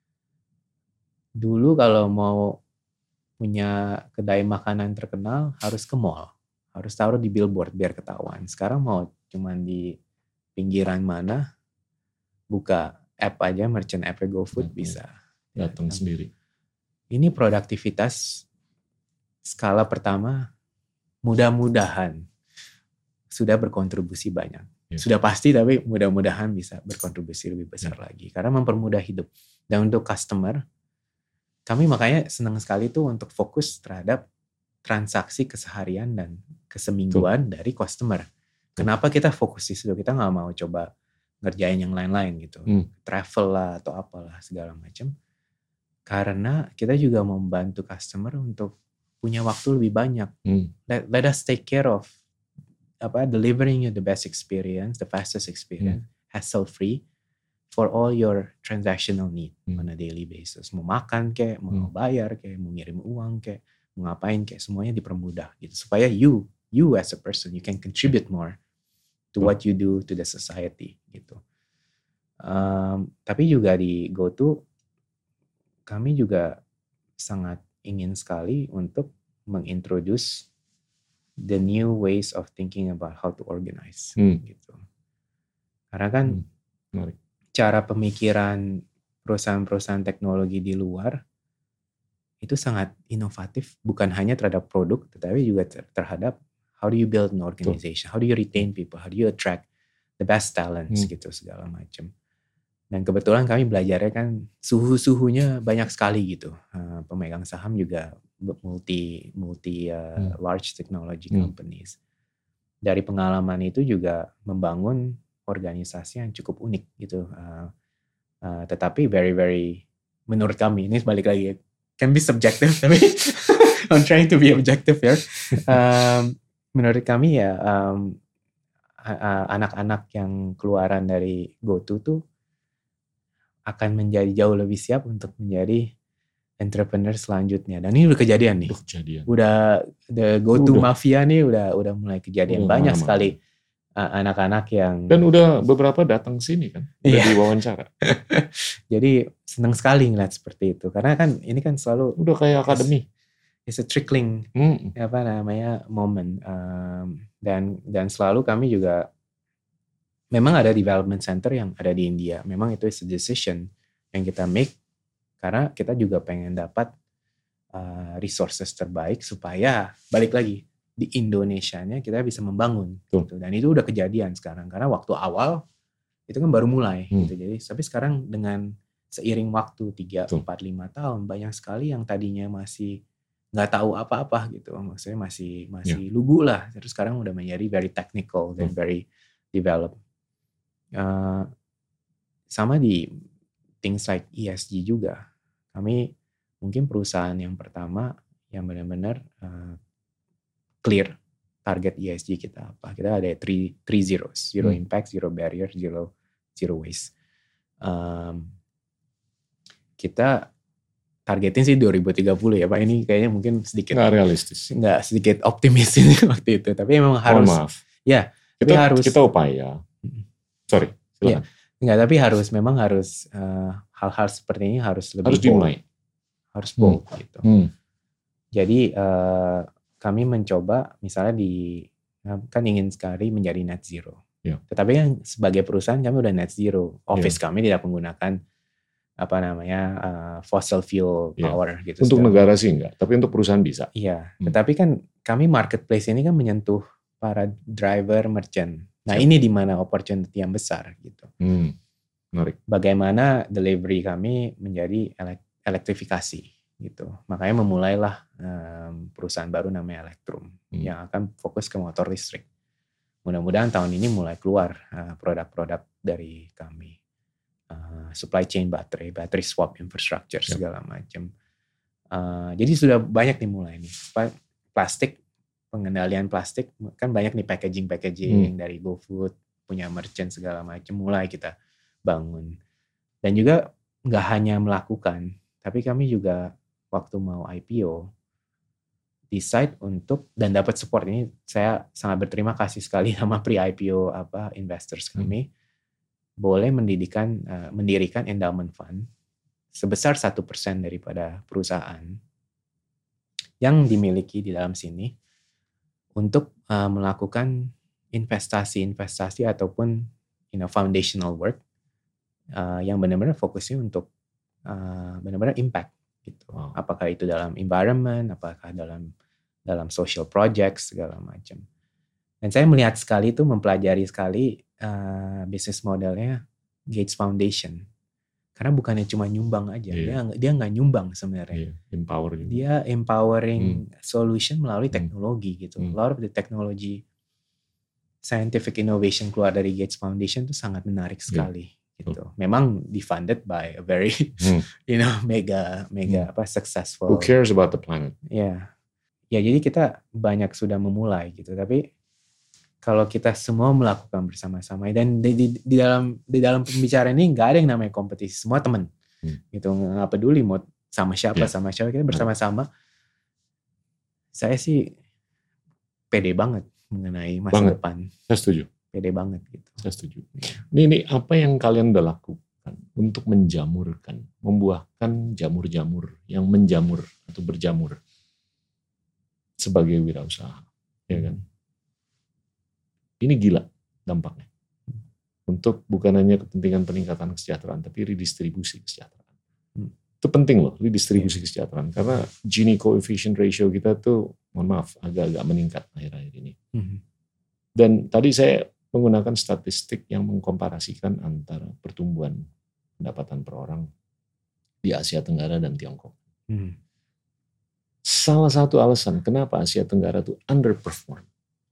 Dulu kalau mau punya kedai makanan terkenal harus ke mall. Harus taruh di billboard biar ketahuan. Sekarang mau cuman di pinggiran mana, buka app aja, merchant app GoFood Hmm. bisa. Datang Ya, sendiri. ini produktivitas skala pertama mudah-mudahan sudah berkontribusi banyak. Ya. Sudah pasti tapi mudah-mudahan bisa berkontribusi lebih besar Ya. lagi. Karena mempermudah hidup. Dan untuk customer, kami makanya senang sekali tuh untuk fokus terhadap transaksi keseharian dan kesemingguan dari customer. Kenapa kita fokus di situ? Kita gak mau coba ngerjain yang lain-lain gitu. Hmm. Travel lah atau apalah segala macam. Karena kita juga membantu customer untuk punya waktu lebih banyak. Hmm. Let, let us take care of apa delivering you the best experience, the fastest experience, Hmm. hassle-free for all your transactional need Hmm. on a daily basis. Mau makan kayak, mau Hmm. bayar kayak, mau ngirim uang kayak, mau ngapain kayak, semuanya dipermudah gitu. Supaya you, you as a person, you can contribute more to what you do to the society gitu. Um, tapi juga di GoTo kami juga sangat ingin sekali untuk mengintroduce the new ways of thinking about how to organize Hmm. gitu. Karena kan Hmm. Menarik. cara pemikiran perusahaan-perusahaan teknologi di luar itu sangat inovatif, bukan hanya terhadap produk, tetapi juga ter- terhadap how do you build an organization, how do you retain people, how do you attract the best talents Hmm. gitu segala macam. Dan kebetulan kami belajarnya kan suhu-suhunya banyak sekali gitu. Uh, pemegang saham juga multi multi uh, Hmm. large technology Hmm. companies. Dari pengalaman itu juga membangun organisasi yang cukup unik gitu. Uh, uh, tetapi very very menurut kami ini balik lagi can be subjective tapi I'm trying to be objective here. Um, menurut kami ya um, uh, anak-anak yang keluaran dari GoTo tuh akan menjadi jauh lebih siap untuk menjadi entrepreneur selanjutnya. Dan ini udah kejadian nih. Udah kejadian. Udah the GoTo Udah. mafia nih udah udah mulai kejadian. Udah Banyak mana-mana. sekali uh, anak-anak yang Dan udah beberapa datang sini kan. Udah Iya. diwawancara. jadi senang sekali ngeliat seperti itu. Karena kan ini kan selalu Udah kayak akademi. it's a trickling Hmm. apa namanya moment. Um, dan dan selalu kami juga memang ada development center yang ada di India. Memang itu is a decision yang kita make karena kita juga pengen dapat uh, resources terbaik supaya balik lagi di Indonesianya kita bisa membangun. Betul. Gitu. Dan itu udah kejadian sekarang karena waktu awal itu kan baru mulai Hmm. gitu. Jadi tapi sekarang dengan seiring waktu tiga, Betul. empat, lima tahun banyak sekali yang tadinya masih nggak tahu apa-apa gitu. Maksudnya masih masih lugu lah. Terus sekarang udah menjadi very technical dan Hmm. very developed. Uh, sama di things like E S G juga. Kami mungkin perusahaan yang pertama yang benar-benar uh, clear target E S G kita apa. Kita ada three, three zeros. Zero Hmm. impact, zero barrier, zero, zero waste. Um, kita targetin sih dua ribu tiga puluh ya Pak. Ini kayaknya mungkin sedikit Nggak realistis. nggak sedikit optimis ini waktu itu. Tapi memang harus. Mohon maaf. Ya, Kita, tapi harus. kita upaya. Sorry, silakan. Enggak, tapi harus memang harus uh, hal-hal seperti ini harus lebih Harus bold. dimulai. Harus bold hmm. gitu. Hmm. Jadi uh, kami mencoba misalnya di kan ingin sekali menjadi net zero. Yeah. Tetapi kan sebagai perusahaan kami udah net zero. Office yeah. kami tidak menggunakan apa namanya uh, fossil fuel yeah. power gitu. Untuk segala. negara sih enggak, tapi untuk perusahaan bisa. Iya. Hmm. Tetapi kan kami marketplace ini kan menyentuh para driver merchant. Nah yeah. ini di mana opportunity yang besar gitu. Hmm. Menarik. Bagaimana delivery kami menjadi elektrifikasi. Gitu. Makanya memulailah um, perusahaan baru namanya Electrum hmm. yang akan fokus ke motor listrik. Mudah-mudahan tahun ini mulai keluar uh, produk-produk dari kami, uh, supply chain baterai, battery swap infrastructure yep. segala macam. Uh, jadi sudah banyak dimulai nih. Plastik, pengendalian plastik kan banyak nih packaging-packaging hmm. dari GoFood, punya merchant segala macam. Mulai kita bangun dan juga nggak hanya melakukan, tapi kami juga waktu mau I P O, decide untuk, dan dapat support ini, saya sangat berterima kasih sekali sama pre-I P O apa investors kami, hmm. boleh mendidikan, uh, mendirikan endowment fund sebesar satu persen daripada perusahaan yang dimiliki di dalam sini untuk uh, melakukan investasi-investasi ataupun you know, foundational work uh, yang benar-benar fokusnya untuk uh, benar-benar impact. Gitu. Wow. Apakah itu dalam environment, apakah dalam dalam social projects segala macam. Dan saya melihat sekali itu mempelajari sekali uh, bisnis modelnya Gates Foundation. Karena bukannya cuma nyumbang aja, yeah. dia dia nggak nyumbang sebenarnya. Yeah. Empowering. Dia empowering hmm. solution melalui teknologi hmm. gitu. Hmm. A lot of the technology, scientific innovation keluar dari Gates Foundation itu sangat menarik sekali. Yeah. Gitu. Memang defunded by a very hmm. you know mega mega hmm. apa successful. Who cares about the planet? Ya, ya jadi kita banyak sudah memulai gitu. Tapi kalau kita semua melakukan bersama-sama dan di, di, di dalam di dalam pembicaraan ini nggak ada yang namanya kompetisi, semua teman. Hmm. Gitu, nggak peduli mau sama siapa yeah. sama siapa, kita bersama-sama. Saya sih pede banget mengenai masa banget. depan. Saya setuju. Pede banget gitu. Saya setuju. Ini, ini apa yang kalian udah lakukan untuk menjamurkan, membuahkan jamur-jamur yang menjamur atau berjamur sebagai wirausaha, ya kan? Ini gila dampaknya. Untuk bukan hanya kepentingan peningkatan kesejahteraan, tapi redistribusi kesejahteraan. Hmm. Itu penting loh, redistribusi yeah. kesejahteraan. Karena Gini coefficient ratio kita tuh, mohon maaf, agak-agak meningkat akhir-akhir ini. Hmm. Dan tadi saya menggunakan statistik yang mengkomparasikan antara pertumbuhan pendapatan per orang di Asia Tenggara dan Tiongkok. Hmm. Salah satu alasan kenapa Asia Tenggara itu underperform,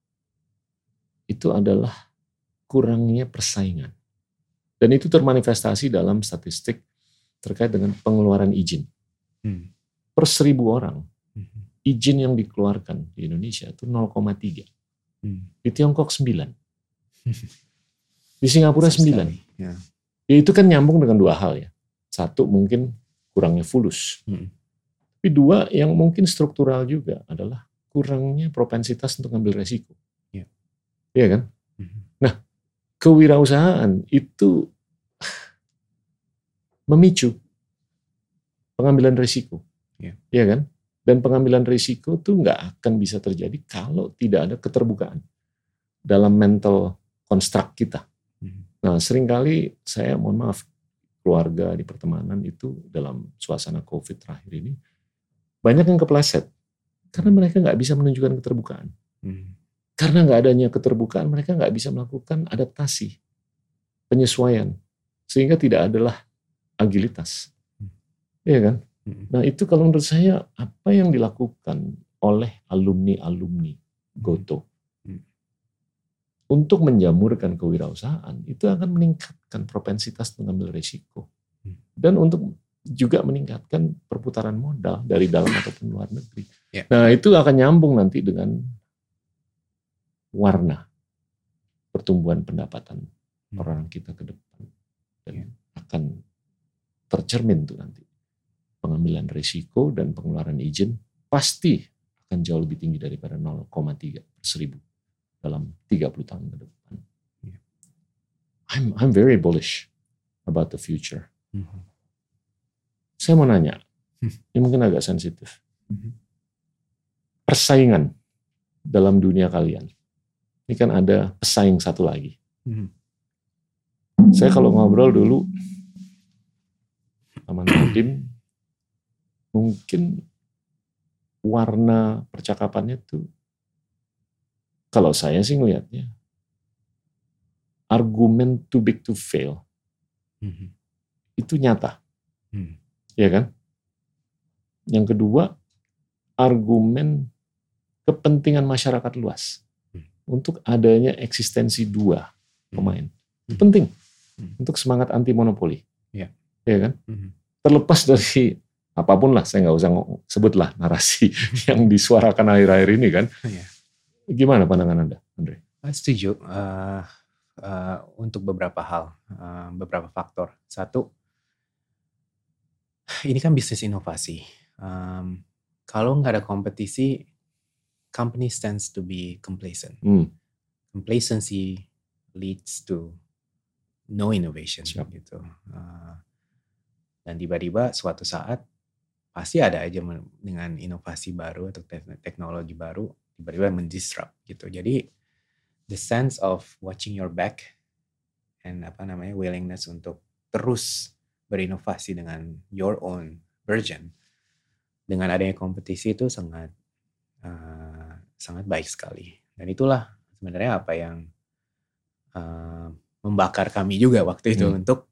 itu adalah kurangnya persaingan. Dan itu termanifestasi dalam statistik terkait dengan pengeluaran izin. Hmm. Per seribu orang, hmm. izin yang dikeluarkan di Indonesia itu nol koma tiga. Hmm. Di Tiongkok sembilan. Di Singapura sembilan. Ya. Ya itu kan nyambung dengan dua hal ya. Satu mungkin kurangnya fulus. Hmm. Tapi dua yang mungkin struktural juga adalah kurangnya propensitas untuk ambil resiko. Ya. Iya kan? Hmm. Nah, kewirausahaan itu memicu pengambilan risiko. Ya. Iya kan? Dan pengambilan risiko itu nggak akan bisa terjadi kalau tidak ada keterbukaan dalam mental konstruk kita. Nah, seringkali saya mohon maaf, keluarga di pertemanan itu dalam suasana COVID terakhir ini banyak yang kepleset karena mereka nggak bisa menunjukkan keterbukaan. Hmm. Karena nggak adanya keterbukaan, mereka nggak bisa melakukan adaptasi, penyesuaian, sehingga tidak adalah agilitas. Iya kan? Hmm. Nah, itu kalau menurut saya apa yang dilakukan oleh alumni-alumni Gotoh untuk menjamurkan kewirausahaan itu akan meningkatkan propensitas mengambil risiko dan untuk juga meningkatkan perputaran modal dari dalam ataupun luar negeri. Yeah. Nah itu akan nyambung nanti dengan warna pertumbuhan pendapatan hmm. orang kita ke depan dan yeah. akan tercermin tuh nanti pengambilan risiko dan pengeluaran izin pasti akan jauh lebih tinggi daripada nol koma tiga per seribu. Dalam tiga puluh tahun ke depan. Yeah. I'm I'm very bullish about the future. Mm-hmm. Saya mau nanya, ini mungkin agak sensitif. Persaingan dalam dunia kalian. Ini kan ada pesaing satu lagi. Saya kalau ngobrol dulu sama Nadim, mungkin warna percakapannya tuh, kalau saya sih ngelihatnya, argumen too big to fail. Itu nyata. Ya kan? Yang kedua, argumen kepentingan masyarakat luas untuk adanya eksistensi dua pemain. Itu penting untuk semangat anti monopoli. Ya, ya kan? Terlepas dari apapun lah, saya nggak usah sebutlah narasi yang disuarakan akhir-akhir ini kan. Ya. Gimana pandangan Anda, Andre? Setuju. Uh, uh, untuk beberapa hal, uh, beberapa faktor. Satu, ini kan bisnis inovasi. Um, kalau nggak ada kompetisi, company tends to be complacent. Hmm. Complacency leads to no innovation. Siap. Gitu. Uh, dan tiba-tiba suatu saat pasti ada aja dengan inovasi baru atau teknologi baru tiba-tiba mendisrupt gitu. Jadi the sense of watching your back and apa namanya willingness untuk terus berinovasi dengan your own version dengan adanya kompetisi itu sangat uh, sangat baik sekali. Dan itulah sebenarnya apa yang uh, membakar kami juga waktu itu hmm. untuk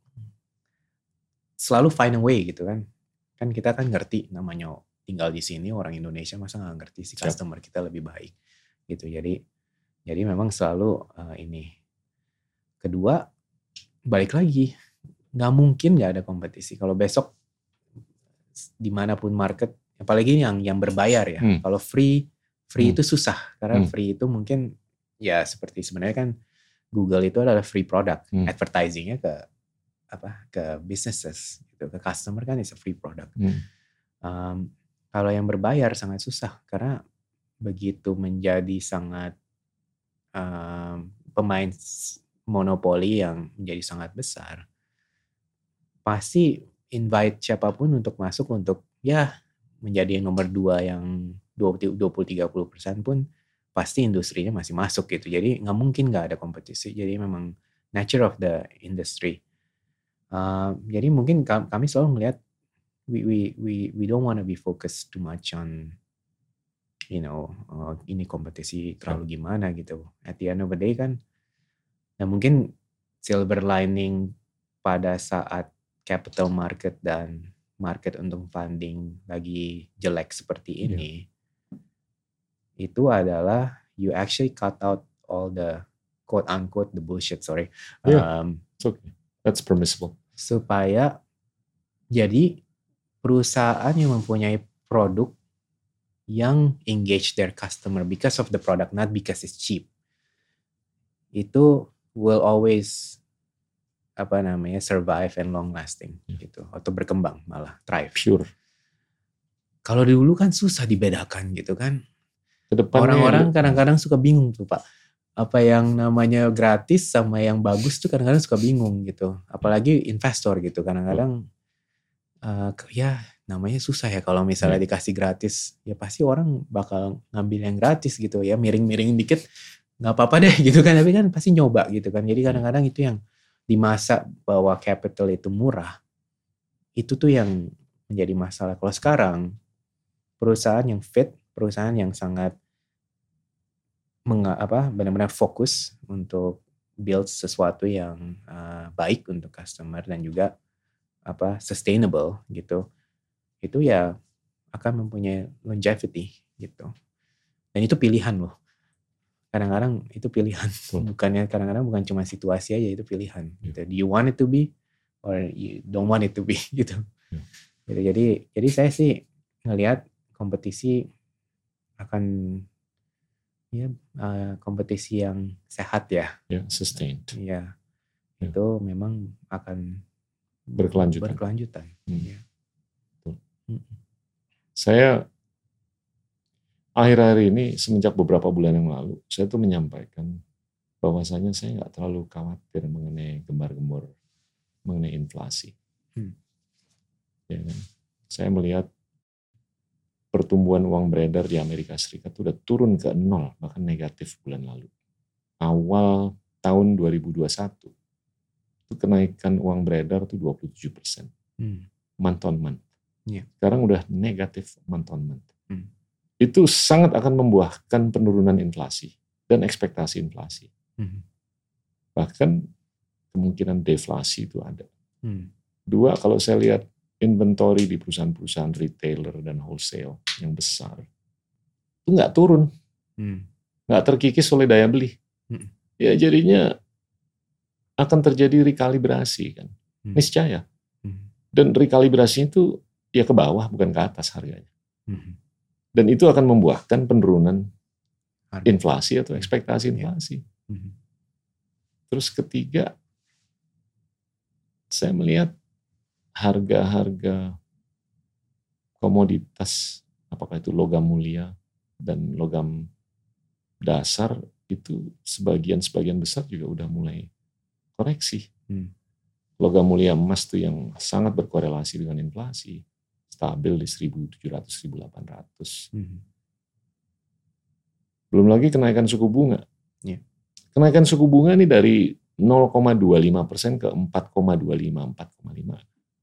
selalu find a way gitu kan. Kan kita kan ngerti namanya tinggal di sini orang Indonesia, masa nggak ngerti si customer kita lebih baik gitu. Jadi jadi memang selalu uh, ini. Kedua, balik lagi, nggak mungkin nggak ada kompetisi. Kalau besok dimanapun market, apalagi yang yang berbayar ya. Hmm. Kalau free, free hmm. itu susah karena hmm. free itu mungkin ya seperti sebenarnya kan Google itu adalah free product, hmm. advertisingnya ke apa ke businesses gitu, ke customer kan is a free product. Hmm. Um, kalau yang berbayar sangat susah karena begitu menjadi sangat um, pemain monopoli yang menjadi sangat besar, pasti invite siapapun untuk masuk untuk ya menjadi yang nomor dua yang dua puluh sampai tiga puluh persen pun pasti industrinya masih masuk gitu. Jadi nggak mungkin nggak ada kompetisi. Jadi memang nature of the industry. Uh, jadi mungkin kami selalu melihat we we we we don't want to be focused too much on you know uh, ini kompetisi terlalu gimana gitu. At the end of the day kan, nah mungkin silver lining pada saat capital market dan market untuk funding lagi jelek seperti ini, yeah. itu adalah you actually cut out all the quote unquote the bullshit, sorry. Yeah, um, it's okay. That's permissible. Supaya jadi perusahaan yang mempunyai produk yang engage their customer because of the product, not because it's cheap, itu will always apa namanya survive and long lasting gitu, atau berkembang malah thrive. Pure. Kalau dulu kan susah dibedakan gitu kan. Kedepannya orang-orang kadang-kadang suka bingung tuh Pak, apa yang namanya gratis sama yang bagus tuh kadang-kadang suka bingung gitu. Apalagi investor gitu kadang-kadang uh, ya namanya susah ya kalau misalnya yeah. dikasih gratis, ya pasti orang bakal ngambil yang gratis gitu ya, miring-miring dikit nggak apa-apa deh gitu kan, tapi kan pasti nyoba gitu kan. Jadi kadang-kadang itu yang di masa bahwa capital itu murah, itu tuh yang menjadi masalah. Kalau sekarang perusahaan yang fit, perusahaan yang sangat menga, apa benar-benar fokus untuk build sesuatu yang uh, baik untuk customer dan juga apa sustainable gitu, itu ya akan mempunyai longevity gitu. Dan itu pilihan loh. Kadang-kadang itu pilihan, hmm. bukannya kadang-kadang bukan cuma situasi aja, itu pilihan. Gitu. Do you want it to be or you don't want it to be gitu. Hmm. Gitu. Jadi jadi saya sih ngelihat kompetisi akan ya uh, kompetisi yang sehat ya. Ya, yeah, sustained. Ya, yeah. Itu memang akan berkelanjutan. Berkelanjutan. Hmm. Ya. Hmm. Saya akhir-akhir ini semenjak beberapa bulan yang lalu, saya tuh menyampaikan bahwasanya saya nggak terlalu khawatir mengenai gembar-gembor mengenai inflasi. Hmm. Ya kan? saya melihat pertumbuhan uang beredar di Amerika Serikat udah turun ke nol, bahkan negatif bulan lalu. Awal tahun dua ribu dua puluh satu, itu kenaikan uang beredar tuh dua puluh tujuh persen. Hmm. Month on month. Yeah. Sekarang udah negatif month on month. Hmm. Itu sangat akan membuahkan penurunan inflasi dan ekspektasi inflasi. Hmm. Bahkan kemungkinan deflasi itu ada. Hmm. Dua, kalau saya lihat inventory di perusahaan-perusahaan retailer dan wholesale yang besar, itu nggak turun. Hmm. Nggak terkikis oleh daya beli. Hmm. Ya jadinya akan terjadi rekalibrasi kan. Hmm. Niscaya. Hmm. Dan rekalibrasi itu ya ke bawah bukan ke atas harganya. Hmm. Dan itu akan membuahkan penurunan inflasi atau ekspektasi inflasi. Hmm. Terus ketiga, saya melihat harga-harga komoditas, apakah itu logam mulia dan logam dasar, itu sebagian-sebagian besar juga udah mulai koreksi. Hmm. Logam mulia emas tuh yang sangat berkorelasi dengan inflasi, stabil di seribu tujuh ratus sampai seribu delapan ratus. Hmm. Belum lagi kenaikan suku bunga. Yeah. Kenaikan suku bunga ini dari nol koma dua lima persen ke empat koma dua lima, empat koma lima.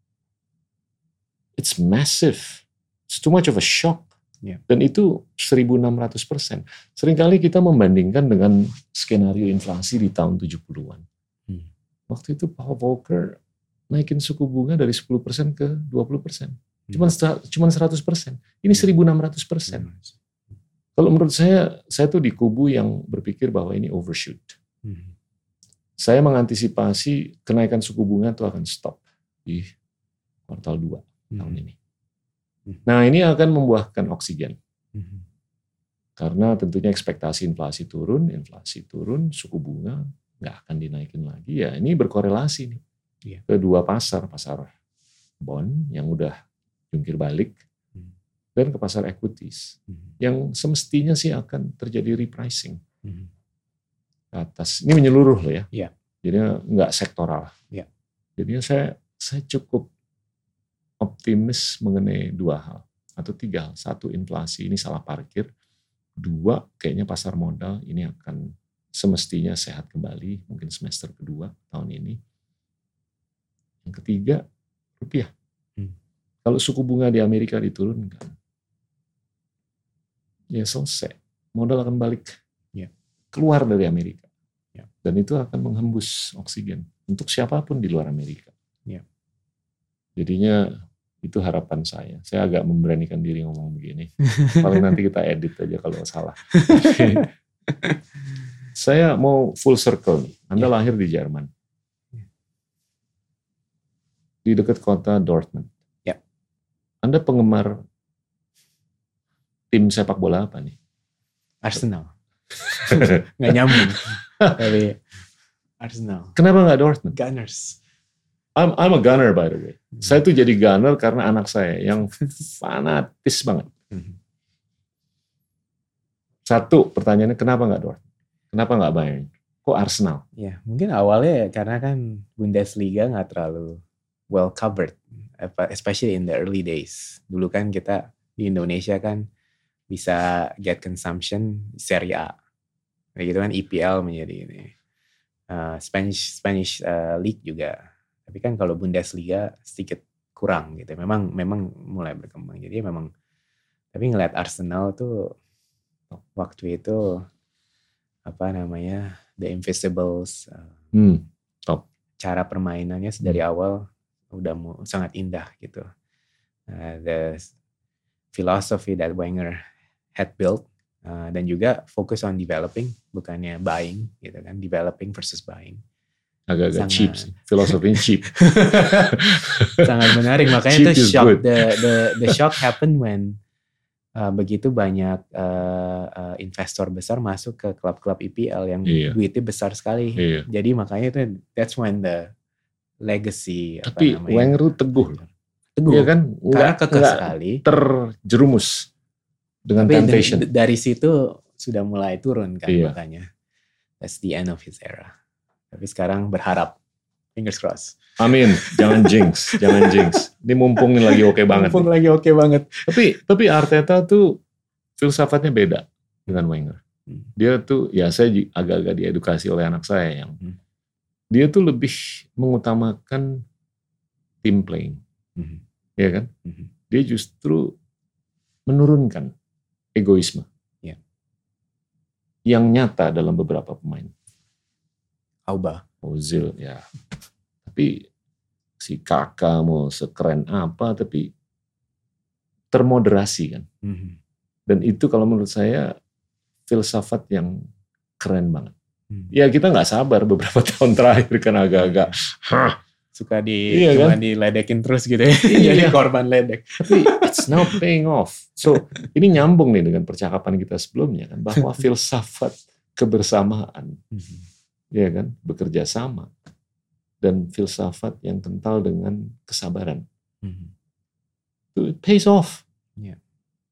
It's massive. It's too much of a shock. Yeah. Dan itu seribu enam ratus persen. Seringkali kita membandingkan dengan skenario inflasi di tahun tujuh puluhan. Hmm. Waktu itu Paul Volcker naikin suku bunga dari sepuluh persen ke dua puluh persen. Hmm. Cuman, cuman seratus persen. Ini seribu enam ratus persen. Hmm. Kalau menurut saya, saya tuh di kubu yang berpikir bahwa ini overshoot. Hmm. Saya mengantisipasi kenaikan suku bunga itu akan stop di kuartal dua. Tahun ini. Nah ini akan membuahkan oksigen. Hmm. Karena tentunya ekspektasi inflasi turun, inflasi turun, suku bunga nggak akan dinaikin lagi. Ya ini berkorelasi nih. Yeah. Kedua pasar, pasar bond yang udah jungkir balik, hmm. dan ke pasar equities. Hmm. Yang semestinya sih akan terjadi repricing. Hmm. Ke atas. Ini menyeluruh loh ya. Yeah. Jadi nggak sektoral. Yeah. Jadi saya, saya cukup optimis mengenai dua hal atau tiga hal. Satu, inflasi ini salah parkir. Dua, kayaknya pasar modal ini akan semestinya sehat kembali mungkin semester kedua tahun ini. Yang ketiga, rupiah. Hmm. Kalau suku bunga di Amerika diturunkan, ya selesai. Modal akan balik ya. Keluar dari Amerika. Ya. Dan itu akan menghembus oksigen untuk siapapun di luar Amerika. Ya. Jadinya itu harapan saya. Saya agak memberanikan diri ngomong begini. Paling nanti kita edit aja kalau salah. Saya mau full circle nih. Anda ya. Lahir di Jerman. Di dekat kota Dortmund. Ya. Anda penggemar tim sepak bola apa nih? Arsenal. Nggak nyambung. Tapi Arsenal. Kenapa nggak Dortmund? Gunners. I'm, I'm a gunner by the way. Hmm. Saya tuh jadi gunner karena anak saya yang fanatis banget. Hmm. Satu pertanyaannya, kenapa nggak Dortmund? Kenapa nggak Bayern? Kok Arsenal? Ya mungkin awalnya karena kan Bundesliga nggak terlalu well covered, especially in the early days. Dulu kan kita di Indonesia kan bisa get consumption Serie A, kayak gitu kan. E P L menjadi ini, uh, Spanish Spanish uh, League juga. Tapi kan kalau Bundesliga sedikit kurang gitu. Memang memang mulai berkembang. Jadi memang, tapi ngeliat Arsenal tuh waktu itu apa namanya, The Invisibles, uh, hmm, top. Cara permainannya dari awal udah mu, sangat indah gitu. Uh, the philosophy that Wenger had built, uh, dan juga fokus on developing, bukannya buying gitu kan, developing versus buying. Agak-agak cheap sih, filosofinya cheap. Sangat menarik, makanya cheap itu shock. The, the the shock happened when uh, begitu banyak uh, uh, investor besar masuk ke klub-klub E P L yang iya. duitnya besar sekali. Iya. Jadi makanya itu that's when the legacy. Tapi apa namanya, Wenger itu teguh loh. Teguh ya kan? Karena kekeh sekali. Terjerumus dengan tapi temptation. Dari, dari situ sudah mulai turun kan, iya. Makanya that's the end of his era. Tapi sekarang berharap, fingers crossed. Amin, jangan jinx, jangan jinx. Ini mumpung ini lagi oke banget. Mumpung nih. lagi oke banget. Tapi tapi Arteta tuh filsafatnya beda dengan Wenger. Hmm. Dia tuh ya saya ji- agak-agak diedukasi oleh anak saya yang Hmm. dia tuh lebih mengutamakan team playing, Hmm. ya kan? Hmm. Dia justru menurunkan egoisme Ya. yang nyata dalam beberapa pemain. Auba. Ozil ya, tapi si Kakak mau sekeren apa, tapi termoderasi kan. Hmm. Dan itu kalau menurut saya filsafat yang keren banget. Hmm. Ya kita nggak sabar beberapa tahun terakhir kan agak-agak, hah, Suka di Iya cuma kan? diledekin terus gitu ya. Iya. Jadi korban ledek. tapi it's now paying off. So ini nyambung nih dengan percakapan kita sebelumnya kan, bahwa filsafat kebersamaan, Hmm. ya kan, bekerja sama, dan filsafat yang kental dengan kesabaran, Hmm. itu it pays off. Yeah.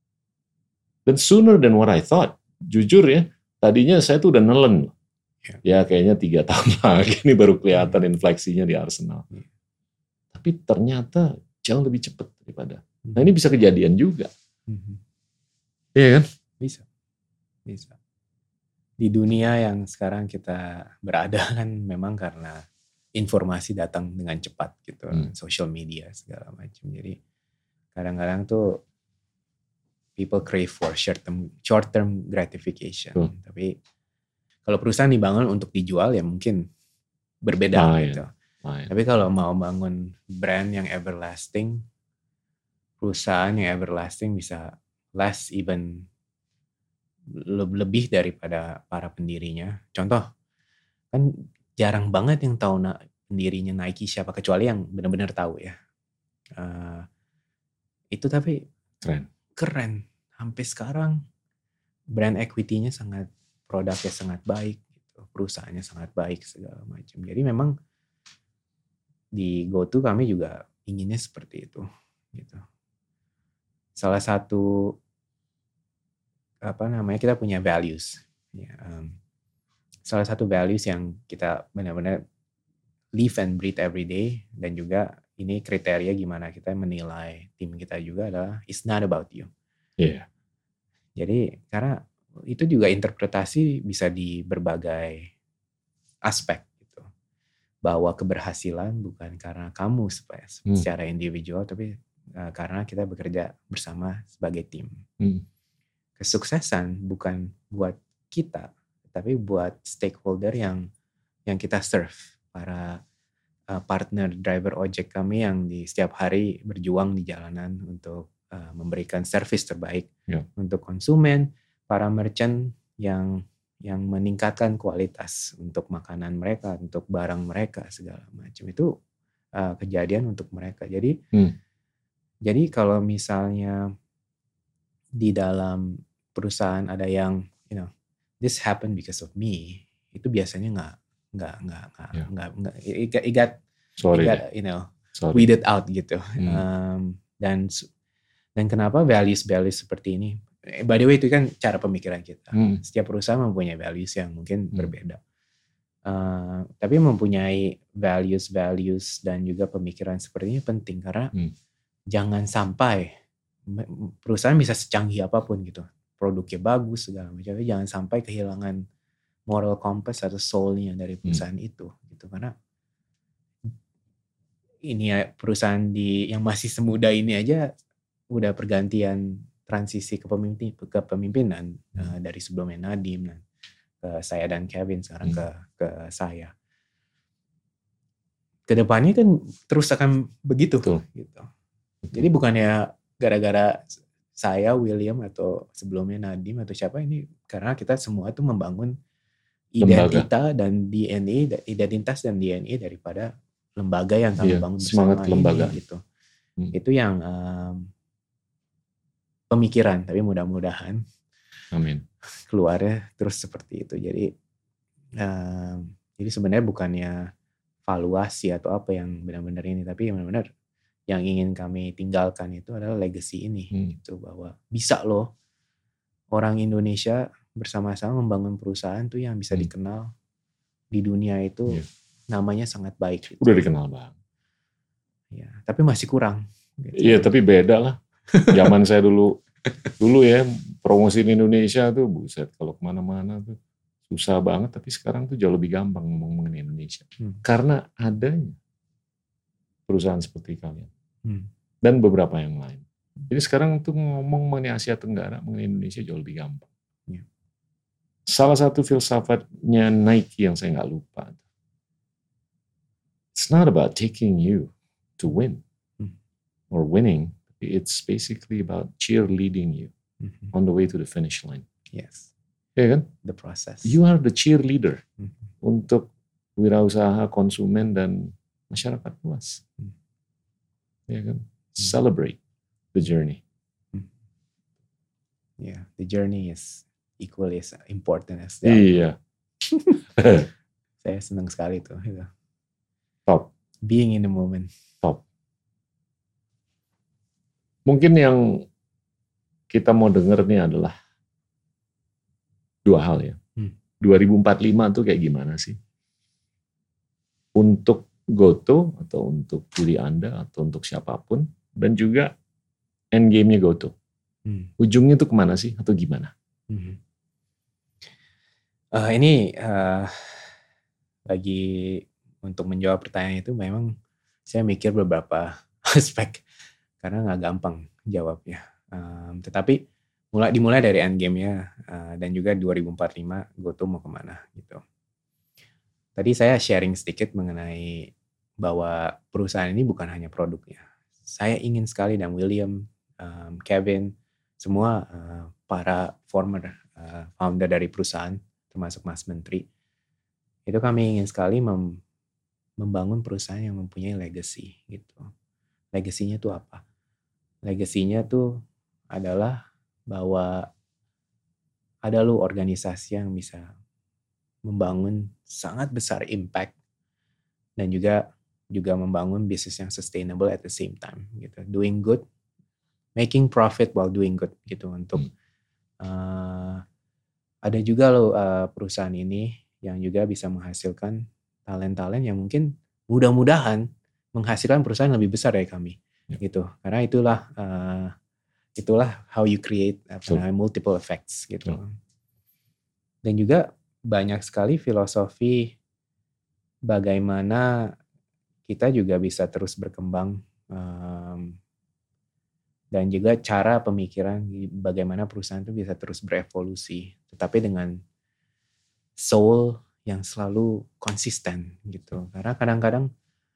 Dan sooner than what I thought. Jujur ya, tadinya saya tuh udah nelen. Yeah. Ya kayaknya tiga tahun lagi ini baru kelihatan infleksinya di Arsenal. Yeah. Tapi ternyata jauh lebih cepat daripada. Nah ini bisa kejadian juga. Hmm. Iya kan? Bisa. Bisa. Di dunia yang sekarang kita berada kan memang karena informasi datang dengan cepat gitu. Hmm. Social media segala macam. Jadi kadang-kadang tuh people crave for short term, short term gratification. Betul. Tapi kalau perusahaan dibangun untuk dijual ya mungkin berbeda Ah, gitu. Nah, ya. Tapi kalau mau bangun brand yang everlasting, perusahaan yang everlasting bisa last even le- lebih daripada para pendirinya. Contoh, kan jarang banget yang tahu na- pendirinya Nike siapa, kecuali yang benar-benar tahu ya. Eh, itu tapi Keren. keren. Sampai sekarang brand equity-nya sangat, produknya sangat baik, gitu. Perusahaannya sangat baik segala macam. Jadi memang di GoTo kami juga inginnya seperti itu, gitu. Salah satu apa namanya, kita punya values. Ya, um, salah satu values yang kita benar-benar live and breathe every day, dan juga ini kriteria gimana kita menilai tim kita juga adalah it's not about you. Iya. Jadi karena itu juga interpretasi bisa di berbagai aspek gitu. Bahwa keberhasilan bukan karena kamu supaya Hmm. secara individual, tapi uh, karena kita bekerja bersama sebagai tim. Hmm. Kesuksesan bukan buat kita, tapi buat stakeholder yang yang kita serve, para uh, partner driver ojek kami yang di setiap hari berjuang di jalanan untuk uh, memberikan service terbaik Ya. untuk konsumen, para merchant yang yang meningkatkan kualitas untuk makanan mereka, untuk barang mereka segala macam, itu uh, kejadian untuk mereka. Jadi Hmm. jadi kalau misalnya di dalam perusahaan ada yang, you know, this happened because of me, itu biasanya nggak nggak nggak nggak Ya. nggak nggak it got, it got, Sorry. it got, deh. you know, Sorry. weeded out gitu. Hmm. Um, dan dan kenapa values values seperti ini? Eh, By the way, itu kan cara pemikiran kita. Hmm. Setiap perusahaan mempunyai values yang mungkin Hmm. berbeda. Uh, tapi mempunyai values values dan juga pemikiran seperti ini penting, karena Hmm. jangan sampai me- perusahaan bisa secanggih apapun gitu, produknya bagus segala macam, tapi jangan sampai kehilangan moral compass atau soul-nya dari perusahaan itu gitu. Karena ini ya, perusahaan di yang masih semuda ini aja udah pergantian transisi kepemimpin kepemimpinan uh, dari sebelumnya Nadim dan ke saya dan Kevin, sekarang Hmm. ke ke saya. Kedepannya kan terus akan begitu Betul. gitu. Jadi bukannya gara-gara saya, William, atau sebelumnya Nadim atau siapa, ini karena kita semua tuh membangun identitas dan D N A, identitas dan D N A daripada lembaga yang kami Iya, bangun semangat bersama kelembagaan. ini gitu. Hmm. Itu yang um, pemikiran, tapi mudah-mudahan Amin. keluarnya terus seperti itu. Jadi um, jadi sebenarnya bukannya valuasi atau apa yang benar-benar ini, tapi benar-benar yang ingin kami tinggalkan itu adalah legacy ini, Hmm. gitu, bahwa bisa loh orang Indonesia bersama-sama membangun perusahaan tuh yang bisa Hmm. dikenal di dunia itu, Iya. namanya sangat baik. Gitu. Udah dikenal Bang. Ya, tapi masih kurang. Gitu. Iya, tapi beda lah. Zaman saya dulu, dulu ya promosiin Indonesia tuh buset, kalau kemana-mana tuh susah banget. Tapi sekarang tuh jauh lebih gampang ngomong mengenai Indonesia. Hmm. Karena adanya perusahaan seperti kalian. Hmm. Dan beberapa yang lain. Jadi sekarang tuh ngomong mengenai Asia Tenggara, mengenai Indonesia jauh lebih gampang. Ya. Salah satu filsafatnya Nike yang saya nggak lupa. It's not about taking you to win hmm. or winning. It's basically about cheerleading you mm-hmm. on the way to the finish line. Yes. Ya kan? The process. You are the cheerleader mm-hmm. untuk wirausaha, konsumen, dan masyarakat luas. Mm-hmm. Ya kan? Mm-hmm. Celebrate the journey. Mm-hmm. Yeah, the journey is equally as important as the Iya. Saya senang sekali tuh. Gitu. Top. Being in the moment. Top. Mungkin yang kita mau denger nih adalah dua hal ya. Hmm. dua ribu empat puluh lima tuh kayak gimana sih? Untuk GoTo atau untuk diri Anda atau untuk siapapun. Dan juga end game-nya GoTo. Hmm. Ujungnya tuh kemana sih atau gimana? Hmm. Uh, ini uh, lagi untuk menjawab pertanyaan itu memang saya mikir beberapa aspek. Karena nggak gampang jawabnya. Um, tetapi mulai dimulai dari end game-nya uh, dan juga dua ribu empat puluh lima GoTo mau kemana gitu. Tadi saya sharing sedikit mengenai bahwa perusahaan ini bukan hanya produknya. Saya ingin sekali dan William, um, Kevin, semua uh, para former uh, founder dari perusahaan, termasuk Mas Menteri, itu kami ingin sekali mem- membangun perusahaan yang mempunyai legacy gitu. Legasinya tuh apa? Legasinya tuh adalah bahwa ada lu organisasi yang bisa membangun sangat besar impact dan juga juga membangun bisnis yang sustainable at the same time gitu. Doing good, making profit while doing good gitu untuk uh, ada juga lo uh, perusahaan ini yang juga bisa menghasilkan talent-talent yang mungkin mudah-mudahan menghasilkan perusahaan lebih besar dari kami. Gitu, karena itulah uh, itulah how you create apa namanya multiple effects gitu. Yeah. Dan juga banyak sekali filosofi bagaimana kita juga bisa terus berkembang um, dan juga cara pemikiran bagaimana perusahaan itu bisa terus berevolusi, tetapi dengan soul yang selalu konsisten gitu. Karena kadang-kadang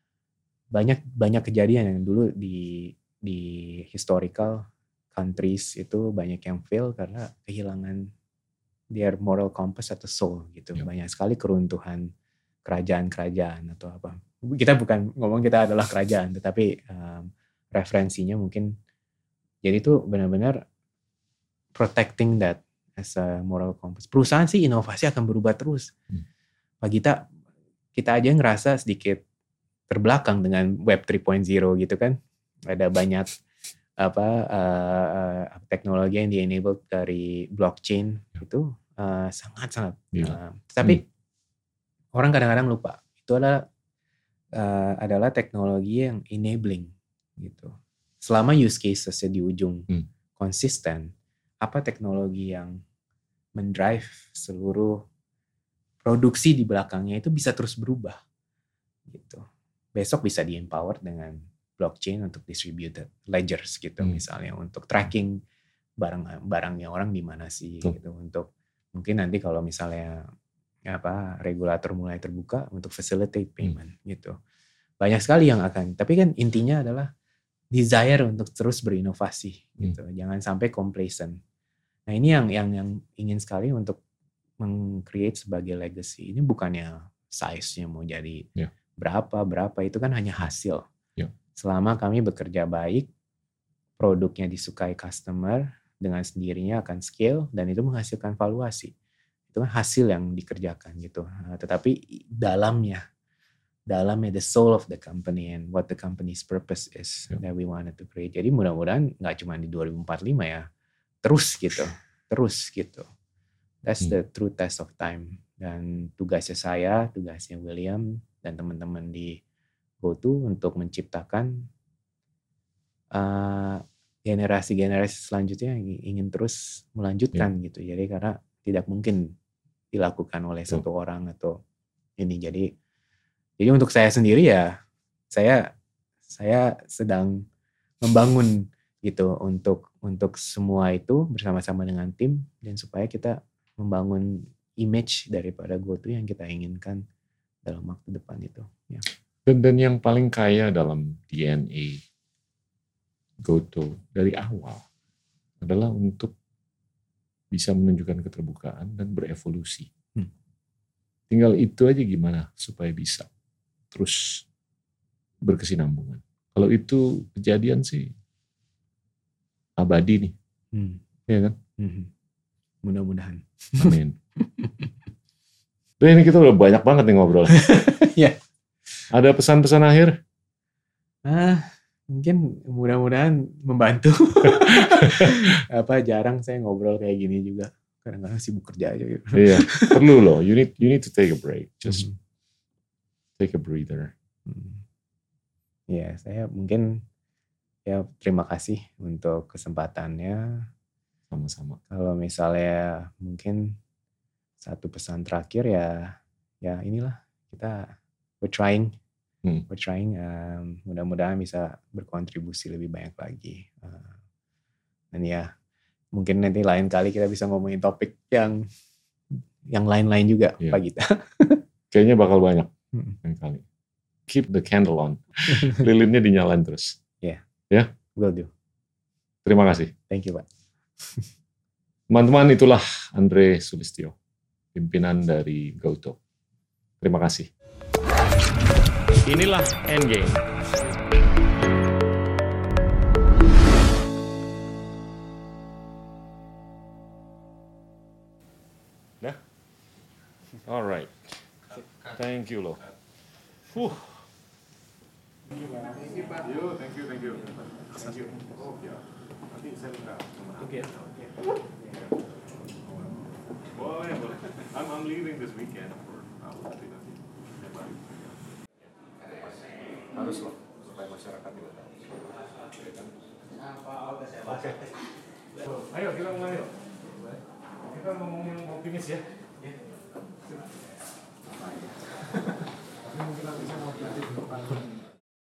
banyak banyak kejadian yang dulu di di historical countries itu banyak yang fail karena kehilangan their moral compass atau soul gitu. Ya. Banyak sekali keruntuhan kerajaan-kerajaan atau apa. Kita bukan ngomong kita adalah kerajaan, tetapi um, referensinya mungkin jadi itu benar-benar protecting that as a moral compass. Perusahaan sih inovasi akan berubah terus. Hmm. Pak Gita, kita aja ngerasa sedikit terbelakang dengan web tiga titik nol gitu kan. Ada banyak apa uh, uh, teknologi yang di-enable dari blockchain itu uh, sangat-sangat. Uh, tapi hmm. orang kadang-kadang lupa itu adalah uh, adalah teknologi yang enabling gitu. Selama use cases-nya di ujung hmm. konsisten, apa teknologi yang mendrive seluruh produksi di belakangnya itu bisa terus berubah gitu. Besok bisa di-empower dengan blockchain untuk distributed ledgers gitu hmm. misalnya untuk tracking barang-barangnya orang di mana sih hmm. gitu, untuk mungkin nanti kalau misalnya apa regulator mulai terbuka untuk facilitate payment hmm. gitu. Banyak sekali yang akan, tapi kan intinya adalah desire untuk terus berinovasi gitu. Hmm. Jangan sampai complacent. Nah, ini yang yang yang ingin sekali untuk meng-create sebagai legacy. Ini bukannya size-nya mau jadi yeah. berapa berapa itu kan hanya hasil. Yeah. Selama kami bekerja baik, produknya disukai customer, dengan sendirinya akan scale dan itu menghasilkan valuasi. Itu kan hasil yang dikerjakan gitu. Nah, tetapi dalamnya, dalamnya the soul of the company and what the company's purpose is yeah. that we wanted to create. Jadi mudah-mudahan nggak cuma di dua ribu empat puluh lima ya, terus gitu, terus gitu. That's hmm. the true test of time. Dan tugasnya saya, tugasnya William dan teman-teman di GoTo untuk menciptakan uh, generasi-generasi selanjutnya yang ingin terus melanjutkan yeah. gitu. Jadi karena tidak mungkin dilakukan oleh Betul. satu orang atau ini. Jadi jadi untuk saya sendiri ya saya saya sedang membangun gitu untuk untuk semua itu bersama-sama dengan tim dan supaya kita membangun image daripada GoTo yang kita inginkan dalam waktu depan itu. Ya. Dan, dan yang paling kaya dalam D N A GoTo dari awal adalah untuk bisa menunjukkan keterbukaan dan berevolusi. Hmm. Tinggal itu aja gimana supaya bisa terus berkesinambungan. Kalau itu kejadian sih abadi nih, hmm. ya kan? Hmm. Mudah-mudahan. Amin. Dan ini kita udah banyak banget nih ngobrol. Ya. Ada pesan-pesan akhir? Ah, mungkin mudah-mudahan membantu. Apa jarang saya ngobrol kayak gini juga. Kadang-kadang sibuk kerja aja gitu. Iya, perlu loh. You need you need to take a break. Just hmm. take a breather. Hmm. Ya, saya mungkin ya terima kasih untuk kesempatannya. Sama-sama. Kalau misalnya mungkin satu pesan terakhir ya, ya inilah kita we're trying. Hmm. We're trying, um, mudah-mudahan bisa berkontribusi lebih banyak lagi. Uh, dan ya, mungkin nanti lain kali kita bisa ngomongin topik yang yang lain-lain juga, yeah. Pak Gita. Kayaknya bakal banyak hmm. lain kali. Keep the candle on. Lilinnya dinyalain terus. Ya, yeah. yeah. Will do. Terima kasih. Thank you, Pak. Teman-teman, itulah Andre Sulistyo, pimpinan dari GoTo. Terima kasih. Inilah Endgame. Nah, alright. Thank you loh. Huh. Thank you, Pak. Yo, thank you, thank you. Thank you. Oh, ya. Nanti saya minta nomor. Oke. Boleh, boleh. I'm, I'm leaving this weekend for uh, harus loh supaya masyarakat juga tahu. Oke. Ayo kita mulai yuk. Kita ngomongin optimis ya. Tapi mungkin nanti saya mau belajar di depan.